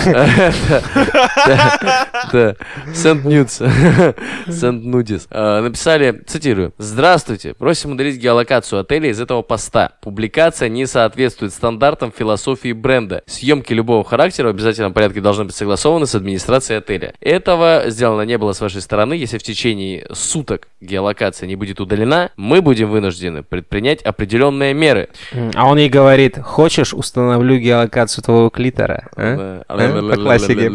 [SPEAKER 4] Да. Сент-Нюдс. Сент-Нудис. Написали, цитирую: «Здравствуйте. Просим удалить геолокацию отеля из этого поста. Публикация не соответствует стандартам философии бренда. Съемки любого характера в обязательном порядке должны быть согласованы с администрацией отеля. Этого сделано не было с вашей стороны. Если в течение суток геолокация не будет удалена, мы будем вынуждены предпринять определенные меры».
[SPEAKER 6] А он ей говорит: хочешь, установлю геолокацию твоего клитора? По классике.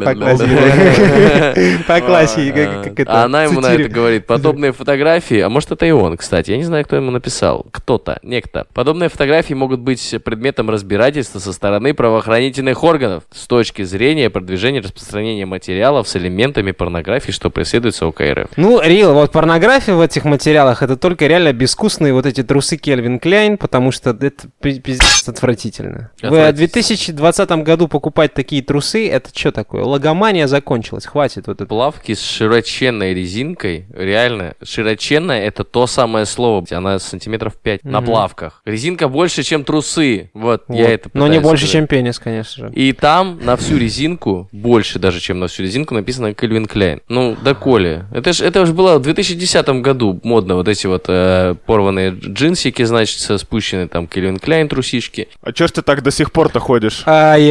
[SPEAKER 6] По классике.
[SPEAKER 4] А она ему на это говорит: подобные фотографии, а может это и он, кстати, я не знаю, кто ему написал, некто. Подобные фотографии могут быть предметом разбирательства со стороны правоохранительных органов с точки зрения продвижения и распространения материалов с элементами порнографии, что преследуется УК РФ.
[SPEAKER 6] Рил, вот порнография в этих материалах — это только реально безвкусные вот эти трусы Кельвин Кляйн, потому что это пиздец отвратительно. В 2020 году покупать такие трусы — это что такое? Логомания закончилась, хватит вот это.
[SPEAKER 4] Плавки с широченной резинкой, реально, широченная — это то самое слово, она сантиметров 5 на плавках. Резинка больше, чем трусы, вот. Я это пытаюсь
[SPEAKER 6] Но не больше,
[SPEAKER 4] сказать.
[SPEAKER 6] чем пенис, конечно же.
[SPEAKER 4] И там на всю резинку, больше даже, чем на всю резинку, написано Кельвин Кляйн. Доколе. Это ж было в 2010 году модно, вот эти эти вот порванные джинсики, значит, спущенные там Кельвин Кляйн трусишки.
[SPEAKER 3] А чё ж ты так до сих пор-то ходишь?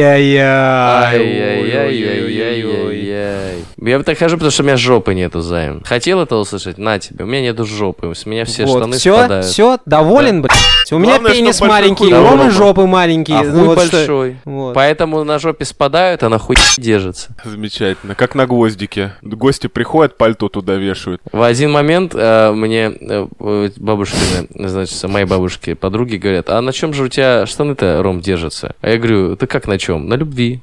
[SPEAKER 4] Ай-яй-яй-яй-яй-яй. Я так хожу, потому что у меня жопы нету, займ. Хотел это услышать? На тебе. У меня нету жопы. С меня все штаны спадают.
[SPEAKER 6] Все, доволен, блядь. У меня
[SPEAKER 3] Главное,
[SPEAKER 6] пенис
[SPEAKER 3] чтоб большой
[SPEAKER 6] маленький,
[SPEAKER 3] хуй
[SPEAKER 6] у
[SPEAKER 3] был.
[SPEAKER 6] Ромы жопы маленькие.
[SPEAKER 4] А
[SPEAKER 6] Ну,
[SPEAKER 4] хуй
[SPEAKER 6] вот что-
[SPEAKER 4] большой.
[SPEAKER 6] Вот.
[SPEAKER 4] Поэтому на жопе спадают, а на хуй держится.
[SPEAKER 3] Замечательно. Как на гвоздике. Гости приходят, пальто туда вешают.
[SPEAKER 4] В один момент мне бабушки, значит, моей бабушки, подруги говорят, а на чем же у тебя штаны-то, Ром, держатся? А я говорю, ты как на чем? На любви.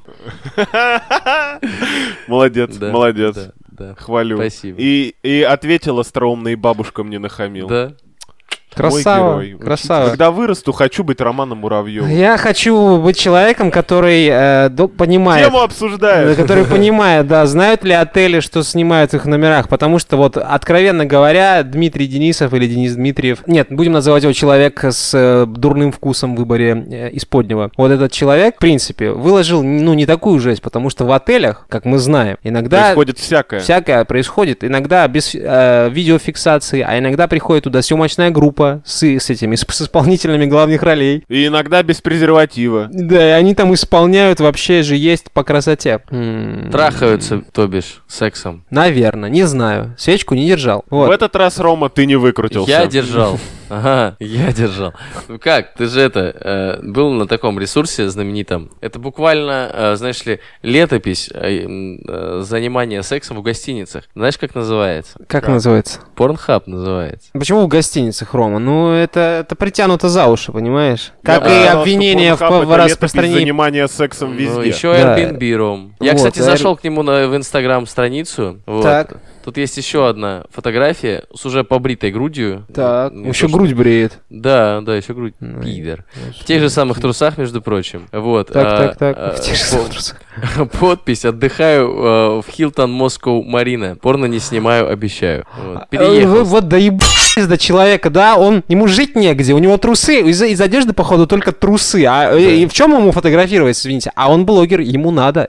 [SPEAKER 3] Молодец,
[SPEAKER 4] Да,
[SPEAKER 3] молодец.
[SPEAKER 4] да.
[SPEAKER 3] Хвалю.
[SPEAKER 4] Спасибо.
[SPEAKER 3] И ответила остроумно, и бабушка мне нахамил.
[SPEAKER 4] Да.
[SPEAKER 6] Красава,
[SPEAKER 3] Мой герой.
[SPEAKER 6] красава.
[SPEAKER 3] Когда вырасту, хочу быть Романом Муравьевым.
[SPEAKER 6] Я хочу быть человеком, который понимает...
[SPEAKER 3] Тему обсуждаешь.
[SPEAKER 6] Который понимает, да, знают ли отели, что снимают в их номерах, потому что вот, откровенно говоря, Дмитрий Денисов или Денис Дмитриев, нет, будем называть его человек с дурным вкусом в выборе исподнего. Вот этот человек, в принципе, выложил, ну, не такую жесть, потому что в отелях, как мы знаем, иногда...
[SPEAKER 3] Происходит всякое.
[SPEAKER 6] Всякое происходит, иногда без видеофиксации, а иногда приходит туда съемочная группа с исполнителями главных ролей.
[SPEAKER 3] И иногда без презерватива.
[SPEAKER 6] Да, и они там исполняют, вообще же есть по красоте.
[SPEAKER 4] Трахаются, то бишь, сексом.
[SPEAKER 6] Наверное, не знаю. Свечку не держал.
[SPEAKER 3] В
[SPEAKER 6] Вот.
[SPEAKER 3] этот раз, Рома, ты не выкрутился.
[SPEAKER 4] Я держал. Ага, я держал. Ну как, ты же был на таком ресурсе знаменитом. Это буквально, знаешь ли, летопись занимания сексом в гостиницах. Знаешь, как называется?
[SPEAKER 6] Как называется?
[SPEAKER 4] Порнхаб называется.
[SPEAKER 6] Почему в гостиницах, Рома? Ну, это притянуто за уши, понимаешь? Как
[SPEAKER 3] Я
[SPEAKER 6] и
[SPEAKER 3] сказал,
[SPEAKER 6] обвинение
[SPEAKER 3] что Pornhub —
[SPEAKER 6] в
[SPEAKER 3] это
[SPEAKER 6] распространении...
[SPEAKER 3] летопись занимания сексом везде.
[SPEAKER 4] Ну, еще
[SPEAKER 6] Да.
[SPEAKER 4] Airbnb, Ром. Я,
[SPEAKER 6] Вот,
[SPEAKER 4] кстати, зашел к нему в Инстаграм-страницу. Вот.
[SPEAKER 6] Так.
[SPEAKER 4] Тут есть еще одна фотография с уже побритой грудью.
[SPEAKER 6] Так,
[SPEAKER 4] Не
[SPEAKER 6] еще
[SPEAKER 4] то, что-
[SPEAKER 6] грудь бреет.
[SPEAKER 4] Да, еще грудь.
[SPEAKER 6] Ну,
[SPEAKER 4] Пидор. В тех же самых трусах, между прочим. Вот.
[SPEAKER 6] Так. В тех же самых трусах.
[SPEAKER 4] Подпись: отдыхаю в Хилтон Москоу Марина. Порно не снимаю, обещаю. Вот. Переехал.
[SPEAKER 6] Вот доебались до человека, да, ему жить негде, у него трусы, из одежды, походу, только трусы. И в чем ему фотографировать, извините? А он блогер, ему надо,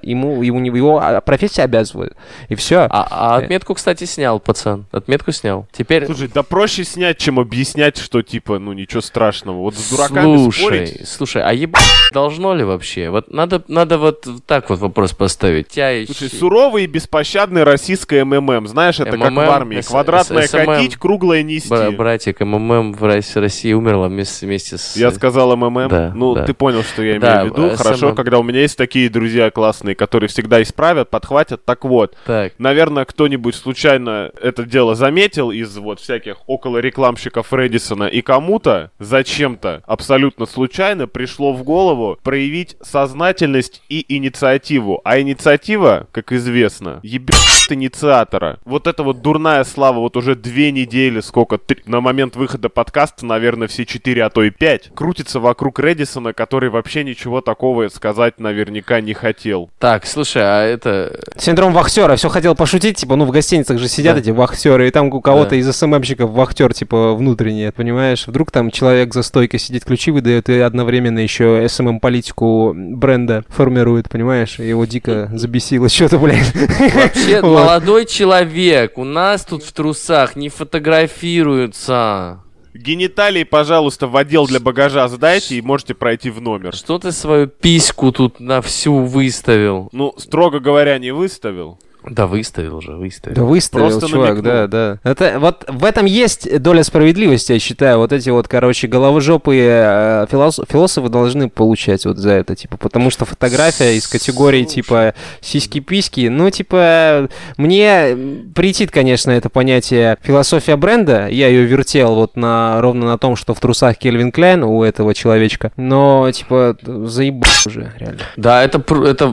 [SPEAKER 6] его профессия обязывает. И все.
[SPEAKER 4] А отметку, кстати, снял, пацан. Отметку снял. Теперь...
[SPEAKER 3] Слушай, да проще снять, чем объяснять, что типа, ну ничего страшного. Вот с дураками спорить.
[SPEAKER 4] Слушай, а ебать должно ли вообще? Вот надо вот так вот вопрос поставить.
[SPEAKER 3] Слушай, суровый и беспощадный российское МММ. Знаешь, это как в армии. Квадратное катить, круглое нести.
[SPEAKER 4] Братик, МММ в России умерла вместе с...
[SPEAKER 3] Я сказал МММ?
[SPEAKER 4] Да,
[SPEAKER 3] Ну,
[SPEAKER 4] да.
[SPEAKER 3] ты понял, что я
[SPEAKER 4] Да,
[SPEAKER 3] имею в виду. Хорошо,
[SPEAKER 4] СММ.
[SPEAKER 3] когда у меня есть такие друзья классные, которые всегда исправят, подхватят. Так вот,
[SPEAKER 4] Так.
[SPEAKER 3] наверное, кто-нибудь случайно это дело заметил из вот всяких около рекламщиков Редисона, и кому-то зачем-то абсолютно случайно пришло в голову проявить сознательность и инициативу. А инициатива, как известно, ебет инициатора. Вот эта вот дурная слава вот уже 2 недели, на момент выхода подкаста, наверное, все 4, а то и 5, крутится вокруг Редисона, который вообще ничего такого сказать наверняка не хотел.
[SPEAKER 4] Так, слушай, а это...
[SPEAKER 6] Синдром вахтера. Все хотел пошутить, типа, ну в гостиницах же сидят
[SPEAKER 4] Да.
[SPEAKER 6] эти вахтеры, и там у кого-то
[SPEAKER 4] Да.
[SPEAKER 6] из СММщиков вахтер, типа, внутренний, понимаешь? Вдруг там человек за стойкой сидит, ключи выдает и одновременно еще СММ-политику бренда формирует, понимаешь? И его дико забесило что-то, блядь.
[SPEAKER 4] Вообще,
[SPEAKER 6] Вот.
[SPEAKER 4] молодой человек, у нас тут в трусах не фотографируются.
[SPEAKER 3] Гениталии, пожалуйста, в отдел для багажа сдайте и можете пройти в номер.
[SPEAKER 4] Что ты свою письку тут на всю выставил?
[SPEAKER 3] Ну, строго говоря, не выставил.
[SPEAKER 4] Да выставил же, выставил.
[SPEAKER 6] Да выставил,
[SPEAKER 3] Просто
[SPEAKER 6] чувак,
[SPEAKER 3] намекнул.
[SPEAKER 6] да. Это вот в этом есть доля справедливости, я считаю. Вот эти вот, короче, головожопые философы должны получать вот за это, типа, потому что фотография из категории, типа, сиськи-письки, ну, типа, мне претит, конечно, это понятие философия бренда. Я ее вертел вот ровно на том, что в трусах Кельвин Кляйн у этого человечка. Но, типа, заебал уже, реально.
[SPEAKER 4] Да, это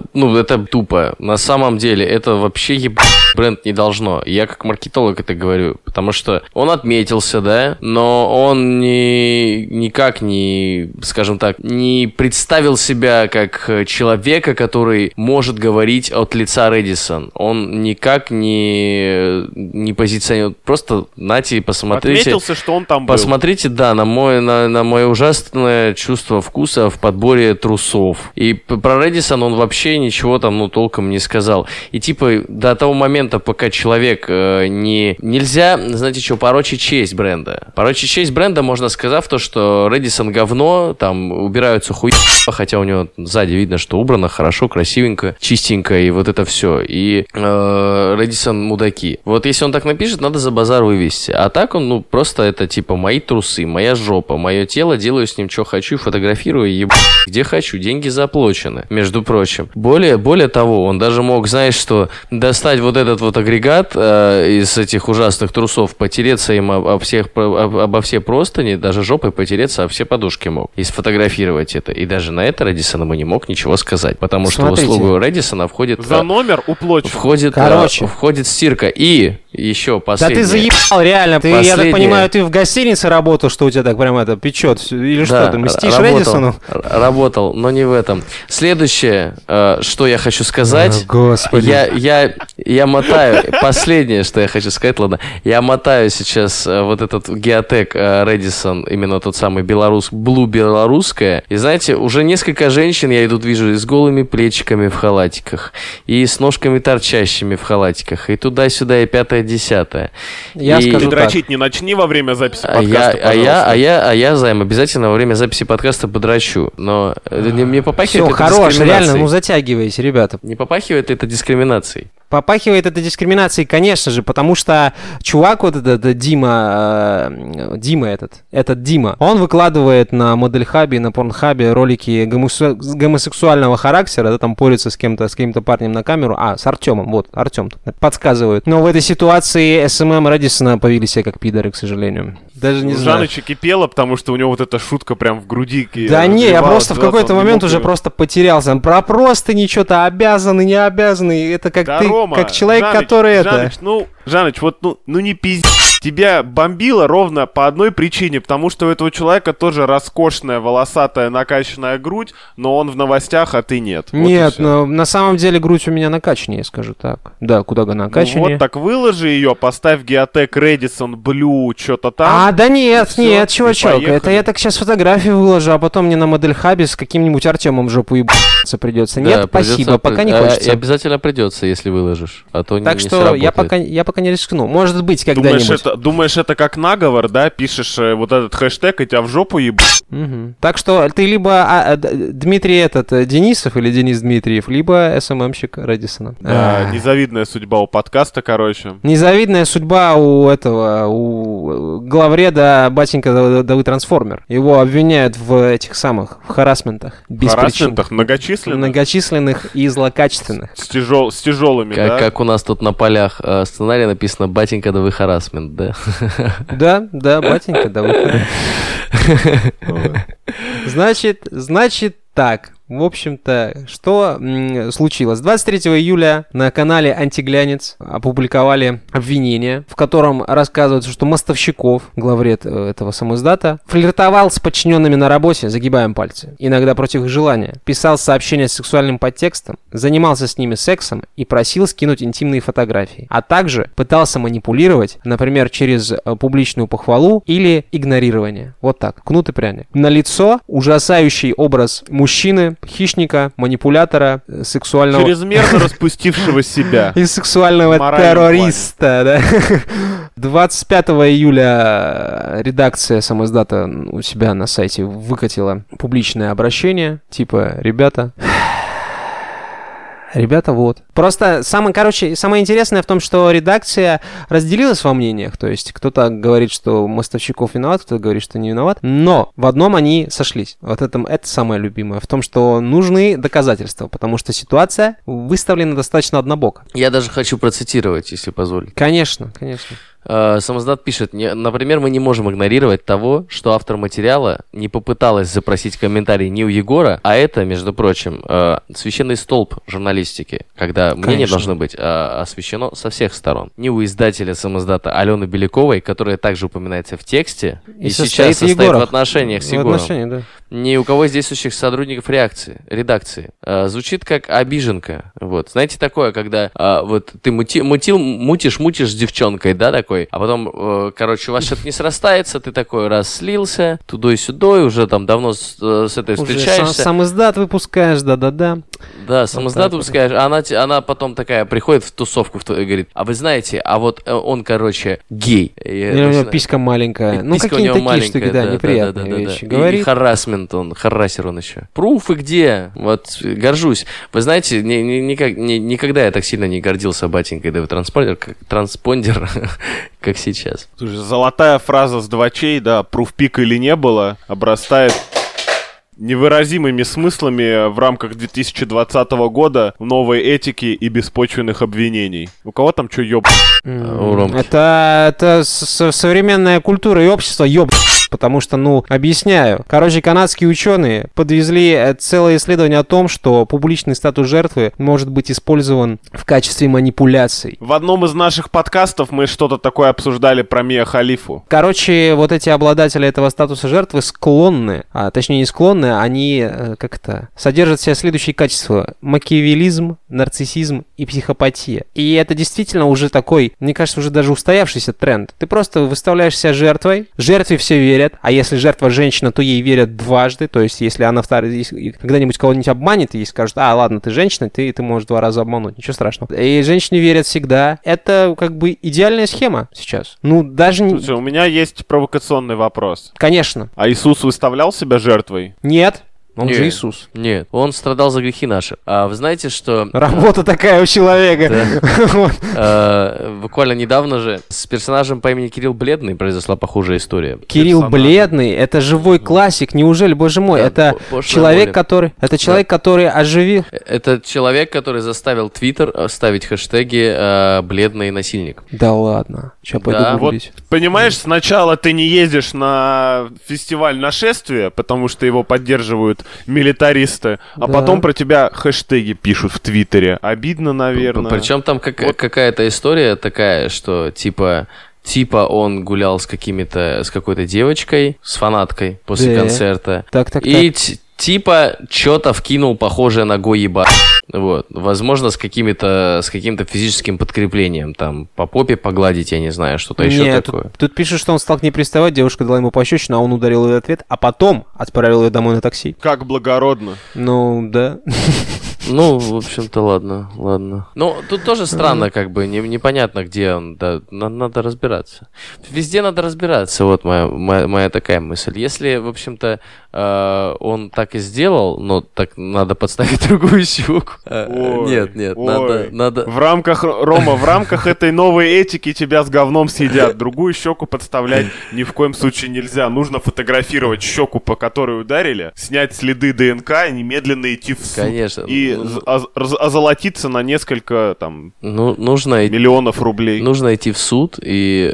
[SPEAKER 4] тупо. На самом деле, это вообще бренд не должно. Я как маркетолог это говорю, потому что он отметился, да, но он никак не, скажем так, не представил себя как человека, который может говорить от лица Редисон. Он никак не позиционирует. Просто, нате, посмотрите.
[SPEAKER 3] Отметился, что он там был.
[SPEAKER 4] Посмотрите, да, на мое ужасное чувство вкуса в подборе трусов. И про Редисон он вообще ничего там, толком не сказал. И типа, до того момента, пока человек нельзя, знаете что, порочить честь бренда. Порочить честь бренда можно, сказав то, что Рэдисон говно, там убираются хуй, хотя у него сзади видно, что убрано хорошо, красивенько, чистенько, и вот это все. И Рэдисон мудаки. Вот если он так напишет, надо за базар вывести. А так он, ну, просто это типа мои трусы, моя жопа, мое тело, делаю с ним что хочу, фотографирую, где хочу, деньги заплачены, между прочим. Более того, он даже мог, знаешь, что достать вот этот вот агрегат из этих ужасных трусов, потереться им обо все простыни, даже жопой потереться об все подушки мог. И сфотографировать это. И даже на это Рэдисон ему не мог ничего сказать, потому что в услугу Рэдисона входит...
[SPEAKER 3] За номер уплочен.
[SPEAKER 4] Входит стирка. И еще последнее.
[SPEAKER 6] Да ты заебал, реально. Я так понимаю, ты в гостинице работал, что у тебя так прям это печет? Или что, ты мстишь Рэдисону?
[SPEAKER 4] Работал, но не в этом. Следующее, что я хочу сказать...
[SPEAKER 6] Господи.
[SPEAKER 4] Я мотаю... Последнее, что я хочу сказать, ладно. Я мотаю сейчас вот этот Geotech Рэдисон, именно тот самый Blue белорусская. И знаете, уже несколько женщин я тут вижу и с голыми плечиками в халатиках, и с ножками торчащими в халатиках, и туда-сюда, и 5-10.
[SPEAKER 6] Я скажу
[SPEAKER 3] дрочить
[SPEAKER 6] так.
[SPEAKER 3] Не начни во время записи подкаста, пожалуйста.
[SPEAKER 4] Я, Займ, обязательно во время записи подкаста подрочу. Но мне попахивает
[SPEAKER 6] Все,
[SPEAKER 4] это
[SPEAKER 6] хорош,
[SPEAKER 4] дискриминацией.
[SPEAKER 6] реально, ну затягивайся, ребята.
[SPEAKER 4] Не попахивает это дискриминацией?
[SPEAKER 6] Попахивает это дискриминацией, конечно же, потому что чувак вот этот Дима, он выкладывает на Модель-хабе, на Порнхабе ролики гомосексуального характера, да, там порется с каким-то парнем на камеру, с Артемом, вот, Артем подсказывает. Но в этой ситуации СММ Рэдисона повели себя как пидоры, к сожалению. Даже не знаю.
[SPEAKER 3] Жаныча кипела, потому что у него вот эта шутка прям в груди.
[SPEAKER 6] Да не, я просто в какой-то момент уже просто потерялся. Про простыни что-то обязаны, не обязаны. Это как
[SPEAKER 3] да,
[SPEAKER 6] ты,
[SPEAKER 3] Рома,
[SPEAKER 6] как человек,
[SPEAKER 3] Жаныч,
[SPEAKER 6] который
[SPEAKER 3] Жаныч, Жаныч, вот ну не пизди. Тебя бомбило ровно по одной причине, потому что у этого человека тоже роскошная, волосатая, накачанная грудь, но он в новостях, а ты нет.
[SPEAKER 6] Нет, но на самом деле грудь у меня накачаннее, скажу так. Да, куда накачаннее.
[SPEAKER 3] Ну вот так выложи ее, поставь Geotech Рэдисон Blue, что-то там.
[SPEAKER 6] Да нет, чувачок, это я так сейчас фотографии выложу, а потом мне на Модель-хабе с каким-нибудь Артемом жопу ебаться придется. Нет, спасибо, пока не хочется.
[SPEAKER 4] И обязательно придется, если выложишь, а то
[SPEAKER 6] так
[SPEAKER 4] не
[SPEAKER 6] что
[SPEAKER 4] сработает.
[SPEAKER 6] я пока не рискну. Может быть, когда-нибудь.
[SPEAKER 3] Думаешь, это как наговор, да? Пишешь вот этот хэштег, и тебя в жопу ебут.
[SPEAKER 6] Угу. Так что ты либо Дмитрий Денисов или Денис Дмитриев, либо СММщик Рэдисона.
[SPEAKER 3] Да, незавидная судьба у подкаста, короче.
[SPEAKER 6] Незавидная судьба у главреда батенька Давы Трансформер. Его обвиняют в харассментах.
[SPEAKER 3] Харассментах
[SPEAKER 6] многочисленных и злокачественных.
[SPEAKER 3] С тяжелыми, да?
[SPEAKER 4] Как у нас тут на полях сценария написано «Батенька Давы харассмент», да?
[SPEAKER 6] Да, батенька Давы. Значит так. В общем-то, что случилось? 23 июля на канале «Антиглянец» опубликовали обвинение, в котором рассказывается, что Мостовщиков, главред этого самоиздата, флиртовал с подчиненными на работе, загибаем пальцы, иногда против их желания, писал сообщения с сексуальным подтекстом, занимался с ними сексом и просил скинуть интимные фотографии, а также пытался манипулировать, например, через публичную похвалу или игнорирование. Вот так, кнут и пряник. Налицо ужасающий образ мужчины, хищника, манипулятора, сексуального...
[SPEAKER 3] Чрезмерно распустившего себя.
[SPEAKER 6] И сексуального террориста, да. 25 июля редакция самоиздата у себя на сайте выкатила публичное обращение, типа, ребята, вот. Просто самое интересное в том, что редакция разделилась во мнениях. То есть кто-то говорит, что Мостовщиков виноват, кто-то говорит, что не виноват. Но в одном они сошлись. Вот это самое любимое. В том, что нужны доказательства, потому что ситуация выставлена достаточно однобоко.
[SPEAKER 4] Я даже хочу процитировать, если позволите.
[SPEAKER 6] Конечно.
[SPEAKER 4] Самоздат пишет, например, мы не можем игнорировать того, что автор материала не попыталась запросить комментарий не у Егора, а это, между прочим, священный столб журналистики, когда мнение должно быть освещено со всех сторон. Не у издателя самоздата Алены Беляковой, которая также упоминается в тексте и сейчас состоит в отношениях с Егором. Да. Ни у кого из действующих сотрудников редакции. Звучит как обиженка. Вот. Знаете такое, когда вот ты мутишь с девчонкой, да, такой, такой, а потом, короче, у вас что-то не срастается, ты такой раз слился, тудой-сюдой, уже там давно с этой
[SPEAKER 6] Уже
[SPEAKER 4] встречаешься.
[SPEAKER 6] сам издат выпускаешь, да-да-да.
[SPEAKER 4] Да, самоздат выпускаешь, а она потом такая приходит в тусовку и говорит, а вы знаете, а вот он, короче, гей.
[SPEAKER 6] Или у него писька маленькая. Ну,
[SPEAKER 4] Писька у
[SPEAKER 6] какие-то
[SPEAKER 4] него
[SPEAKER 6] такие штуки, да, неприятные вещи. Говорит.
[SPEAKER 4] И харассмент он, харрассер он еще. Пруфы где? Вот, горжусь. Вы знаете, никогда я так сильно не гордился батенькой ДВ транспондер, как сейчас.
[SPEAKER 3] Слушай, золотая фраза с двочей, да, пруфпик или не было, обрастает невыразимыми смыслами в рамках 2020 года новой этики и беспочвенных обвинений. У кого там что ёб?
[SPEAKER 6] Это современная культура и общество ёб. Потому что, объясняю. Короче, канадские ученые подвезли целое исследование о том, что публичный статус жертвы может быть использован в качестве манипуляций.
[SPEAKER 3] В одном из наших подкастов мы что-то такое обсуждали про Мия Халифу.
[SPEAKER 6] Короче, вот эти обладатели этого статуса жертвы склонны, точнее не склонны, они содержат в себе следующие качества: макиавеллизм, нарциссизм и психопатия. И это действительно уже такой, мне кажется, уже даже устоявшийся тренд. Ты просто выставляешь себя жертвой, жертве все верят, а если жертва женщина, то ей верят дважды, то есть если она когда-нибудь кого-нибудь обманет, ей скажут, ладно, ты женщина, ты можешь 2 раза обмануть, ничего страшного. И женщины верят всегда. Это как бы идеальная схема сейчас. Даже не...
[SPEAKER 3] Слушай, у меня есть провокационный вопрос.
[SPEAKER 6] Конечно.
[SPEAKER 3] А Иисус выставлял себя жертвой?
[SPEAKER 6] Нет. Он же
[SPEAKER 4] Нет.
[SPEAKER 6] Иисус.
[SPEAKER 4] Нет, он страдал за грехи наши. А вы знаете, что...
[SPEAKER 6] Работа такая у человека.
[SPEAKER 4] Буквально недавно же с персонажем по имени Кирилл Бледный произошла похожая история.
[SPEAKER 6] Кирилл Бледный — это живой классик, неужели, боже мой, это человек, который оживил...
[SPEAKER 4] Это человек, который заставил Твиттер ставить хэштеги «бледный насильник».
[SPEAKER 6] Да ладно. Сейчас пойду гуглить.
[SPEAKER 3] Вот, понимаешь, сначала ты не ездишь на фестиваль нашествия, потому что его поддерживают милитаристы, а потом про тебя хэштеги пишут в Твиттере. Обидно, наверное.
[SPEAKER 4] Причем там какая-то история такая, что типа он гулял с какой-то девочкой, с фанаткой после концерта. И типа что-то вкинул похожее на го-еба. Вот. Возможно, с каким-то физическим подкреплением. Там по попе погладить, я не знаю, что-то еще такое.
[SPEAKER 6] Тут пишут, что он стал к ней приставать, девушка дала ему пощечину, а он ударил ее в ответ, а потом отправил ее домой на такси.
[SPEAKER 3] Как благородно.
[SPEAKER 6] Да.
[SPEAKER 4] В общем-то, ладно. Тут тоже странно, как бы, непонятно, где он, да, надо разбираться. Везде надо разбираться, вот моя такая мысль. Если, в общем-то, он так и сделал, но так надо подставить другую щеку. Нет, надо...
[SPEAKER 3] В рамках этой новой этики тебя с говном съедят. Другую щеку подставлять ни в коем случае нельзя. Нужно фотографировать щеку, по которой ударили, снять следы ДНК и немедленно идти в суд.
[SPEAKER 4] Конечно.
[SPEAKER 3] И озолотиться на несколько миллионов рублей.
[SPEAKER 4] Нужно идти в суд, и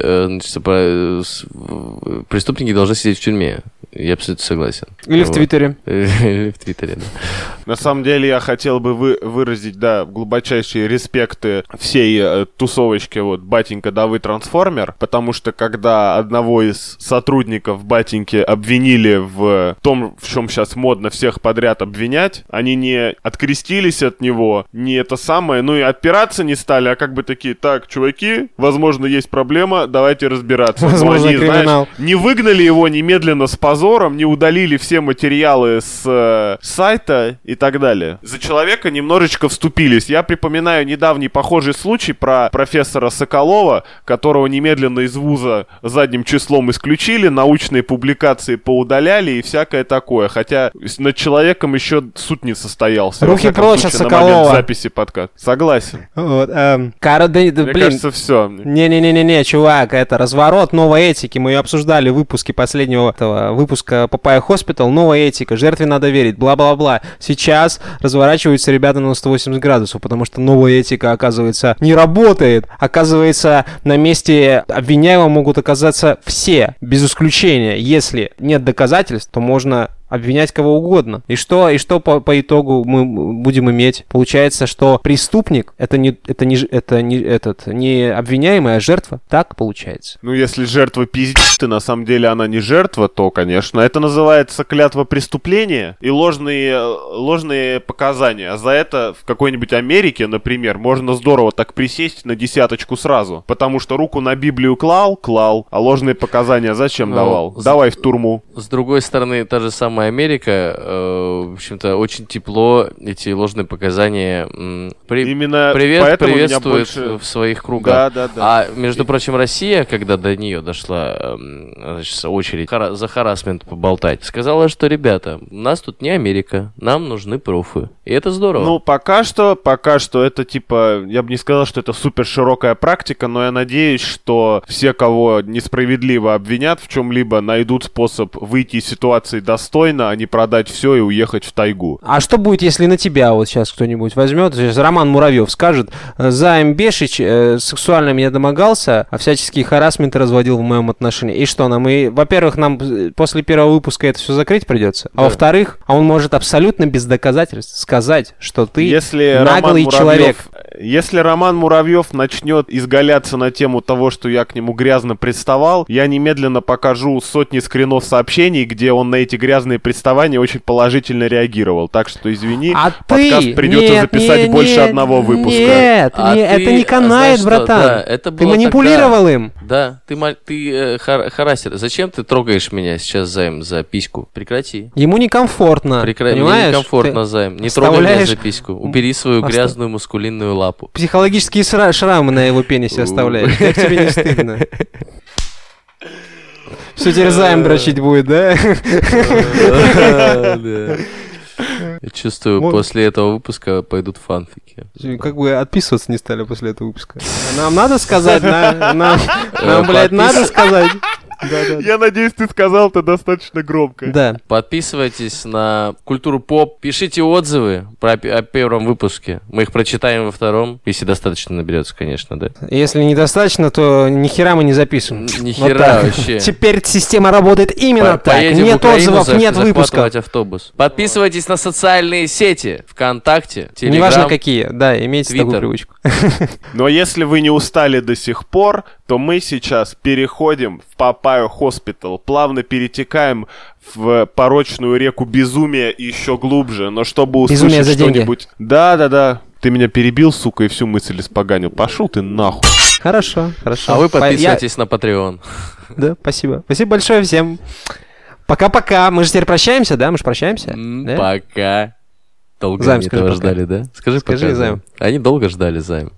[SPEAKER 4] преступники должны сидеть в тюрьме. Я абсолютно согласен.
[SPEAKER 6] Или в Твиттере.
[SPEAKER 4] Или в Твиттере, да.
[SPEAKER 3] На самом деле я хотел бы выразить, глубочайшие респекты всей тусовочке батенька Давы Трансформер, потому что когда одного из сотрудников батеньки обвинили в том, в чем сейчас модно всех подряд обвинять, они не открестились от него, не это самое, и отпираться не стали, а как бы такие, так, чуваки, возможно, есть проблема, давайте разбираться.
[SPEAKER 6] Возможно,
[SPEAKER 3] они,
[SPEAKER 6] криминал.
[SPEAKER 3] Не выгнали его немедленно с позором, не удалили все материалы с сайта и так далее. За человека немножечко вступились. Я припоминаю недавний похожий случай про профессора Соколова, которого немедленно из вуза задним числом исключили, научные публикации поудаляли и всякое такое. Хотя над человеком еще суд не состоялся.
[SPEAKER 6] Руки прочь от Соколова.
[SPEAKER 3] На момент записи подкаста. Согласен.
[SPEAKER 6] Мне
[SPEAKER 3] кажется, все.
[SPEAKER 6] Не, чувак, это разворот новой этики. Мы ее обсуждали в выпуске последнего выпуска Papaya Hospital, новая этика, жертве надо верить, бла-бла-бла. Сейчас разворачиваются ребята на 180 градусов, потому что новая этика, оказывается, не работает. Оказывается, на месте обвиняемого могут оказаться все, без исключения. Если нет доказательств, то можно обвинять кого угодно. И что по итогу мы будем иметь? Получается, что преступник это не обвиняемый, а жертва. Так получается.
[SPEAKER 3] Ну, если жертва пиздит, и на самом деле она не жертва, то, конечно, это называется клятва преступления и ложные показания. А за это в какой-нибудь Америке, например, можно здорово так присесть на 10 сразу. Потому что руку на Библию клал, а ложные показания зачем давал? Давай в турму.
[SPEAKER 4] С другой стороны, та же самая Америка, в общем-то, очень тепло эти ложные показания
[SPEAKER 3] Именно поэтому меня
[SPEAKER 4] приветствует
[SPEAKER 3] больше...
[SPEAKER 4] в своих кругах.
[SPEAKER 3] Да.
[SPEAKER 4] А, между прочим, Россия, когда до нее дошла значит, очередь за харассмент поболтать, сказала, что, ребята, у нас тут не Америка, нам нужны пруфы. И это здорово.
[SPEAKER 3] Ну, пока что это типа, я бы не сказал, что это супер широкая практика, но я надеюсь, что все, кого несправедливо обвинят в чем-либо, найдут способ выйти из ситуации достойно, а не продать все и уехать в тайгу.
[SPEAKER 6] А что будет, если на тебя вот сейчас кто-нибудь возьмет, сейчас Роман Муравьев скажет: Заим Бешич сексуально меня домогался, а всяческие харассменты разводил в моем отношении. И что, во-первых, нам после первого выпуска это все закрыть придется, а во-вторых, он может абсолютно без доказательств сказать, что ты наглый человек.
[SPEAKER 3] Если Роман Муравьев начнет изгаляться на тему того, что я к нему грязно приставал, я немедленно покажу сотни скринов сообщений, где он на эти грязные приставания очень положительно реагировал. Так что, извини, подкаст придется записать больше одного выпуска.
[SPEAKER 6] Нет, это не канает, братан.
[SPEAKER 4] Да, это было
[SPEAKER 6] ты манипулировал им.
[SPEAKER 4] Да, ты харассер. Зачем ты трогаешь меня сейчас, Займ, за письку? Прекрати.
[SPEAKER 6] Ему некомфортно, понимаешь?
[SPEAKER 4] Мне некомфортно, Займ. Не трогай меня за письку. Убери свою грязную мускулинную лапу.
[SPEAKER 6] Психологические шрамы на его пенисе оставляешь. Как тебе не стыдно? Все теперь Заим дрочить будет, да?
[SPEAKER 4] Я чувствую, после этого выпуска пойдут фанфики.
[SPEAKER 6] Как бы отписываться не стали после этого выпуска. Нам надо сказать, нам, блядь, надо сказать. Да.
[SPEAKER 3] Я надеюсь, ты сказал это достаточно громко.
[SPEAKER 6] Да.
[SPEAKER 4] Подписывайтесь на Культуру Поп, пишите отзывы о первом выпуске. Мы их прочитаем во втором, если достаточно наберется, конечно, да.
[SPEAKER 6] Если недостаточно, то ни хера мы не запишем.
[SPEAKER 4] Ни хера вообще.
[SPEAKER 6] Теперь система работает именно так. Нет отзывов, нет выпусков.
[SPEAKER 4] Автобус. Подписывайтесь на социальные сети. ВКонтакте, Телеграм.
[SPEAKER 6] Неважно какие, да, имейте такую привычку.
[SPEAKER 3] Но если вы не устали до сих пор, то мы сейчас переходим в Папайо Хоспитал, плавно перетекаем в порочную реку безумия и еще глубже, но чтобы услышать что-нибудь... Да. Ты меня перебил, сука, и всю мысль испоганил. Пошел ты нахуй.
[SPEAKER 6] Хорошо.
[SPEAKER 4] А вы подписывайтесь на Patreon.
[SPEAKER 6] Да, спасибо. Спасибо большое всем. Пока-пока. Мы же теперь прощаемся, да? Мы же прощаемся?
[SPEAKER 4] Пока. Долго
[SPEAKER 6] Займ,
[SPEAKER 4] они этого ждали, да? Скажи пока.
[SPEAKER 6] Займ.
[SPEAKER 4] Они долго ждали, Займ.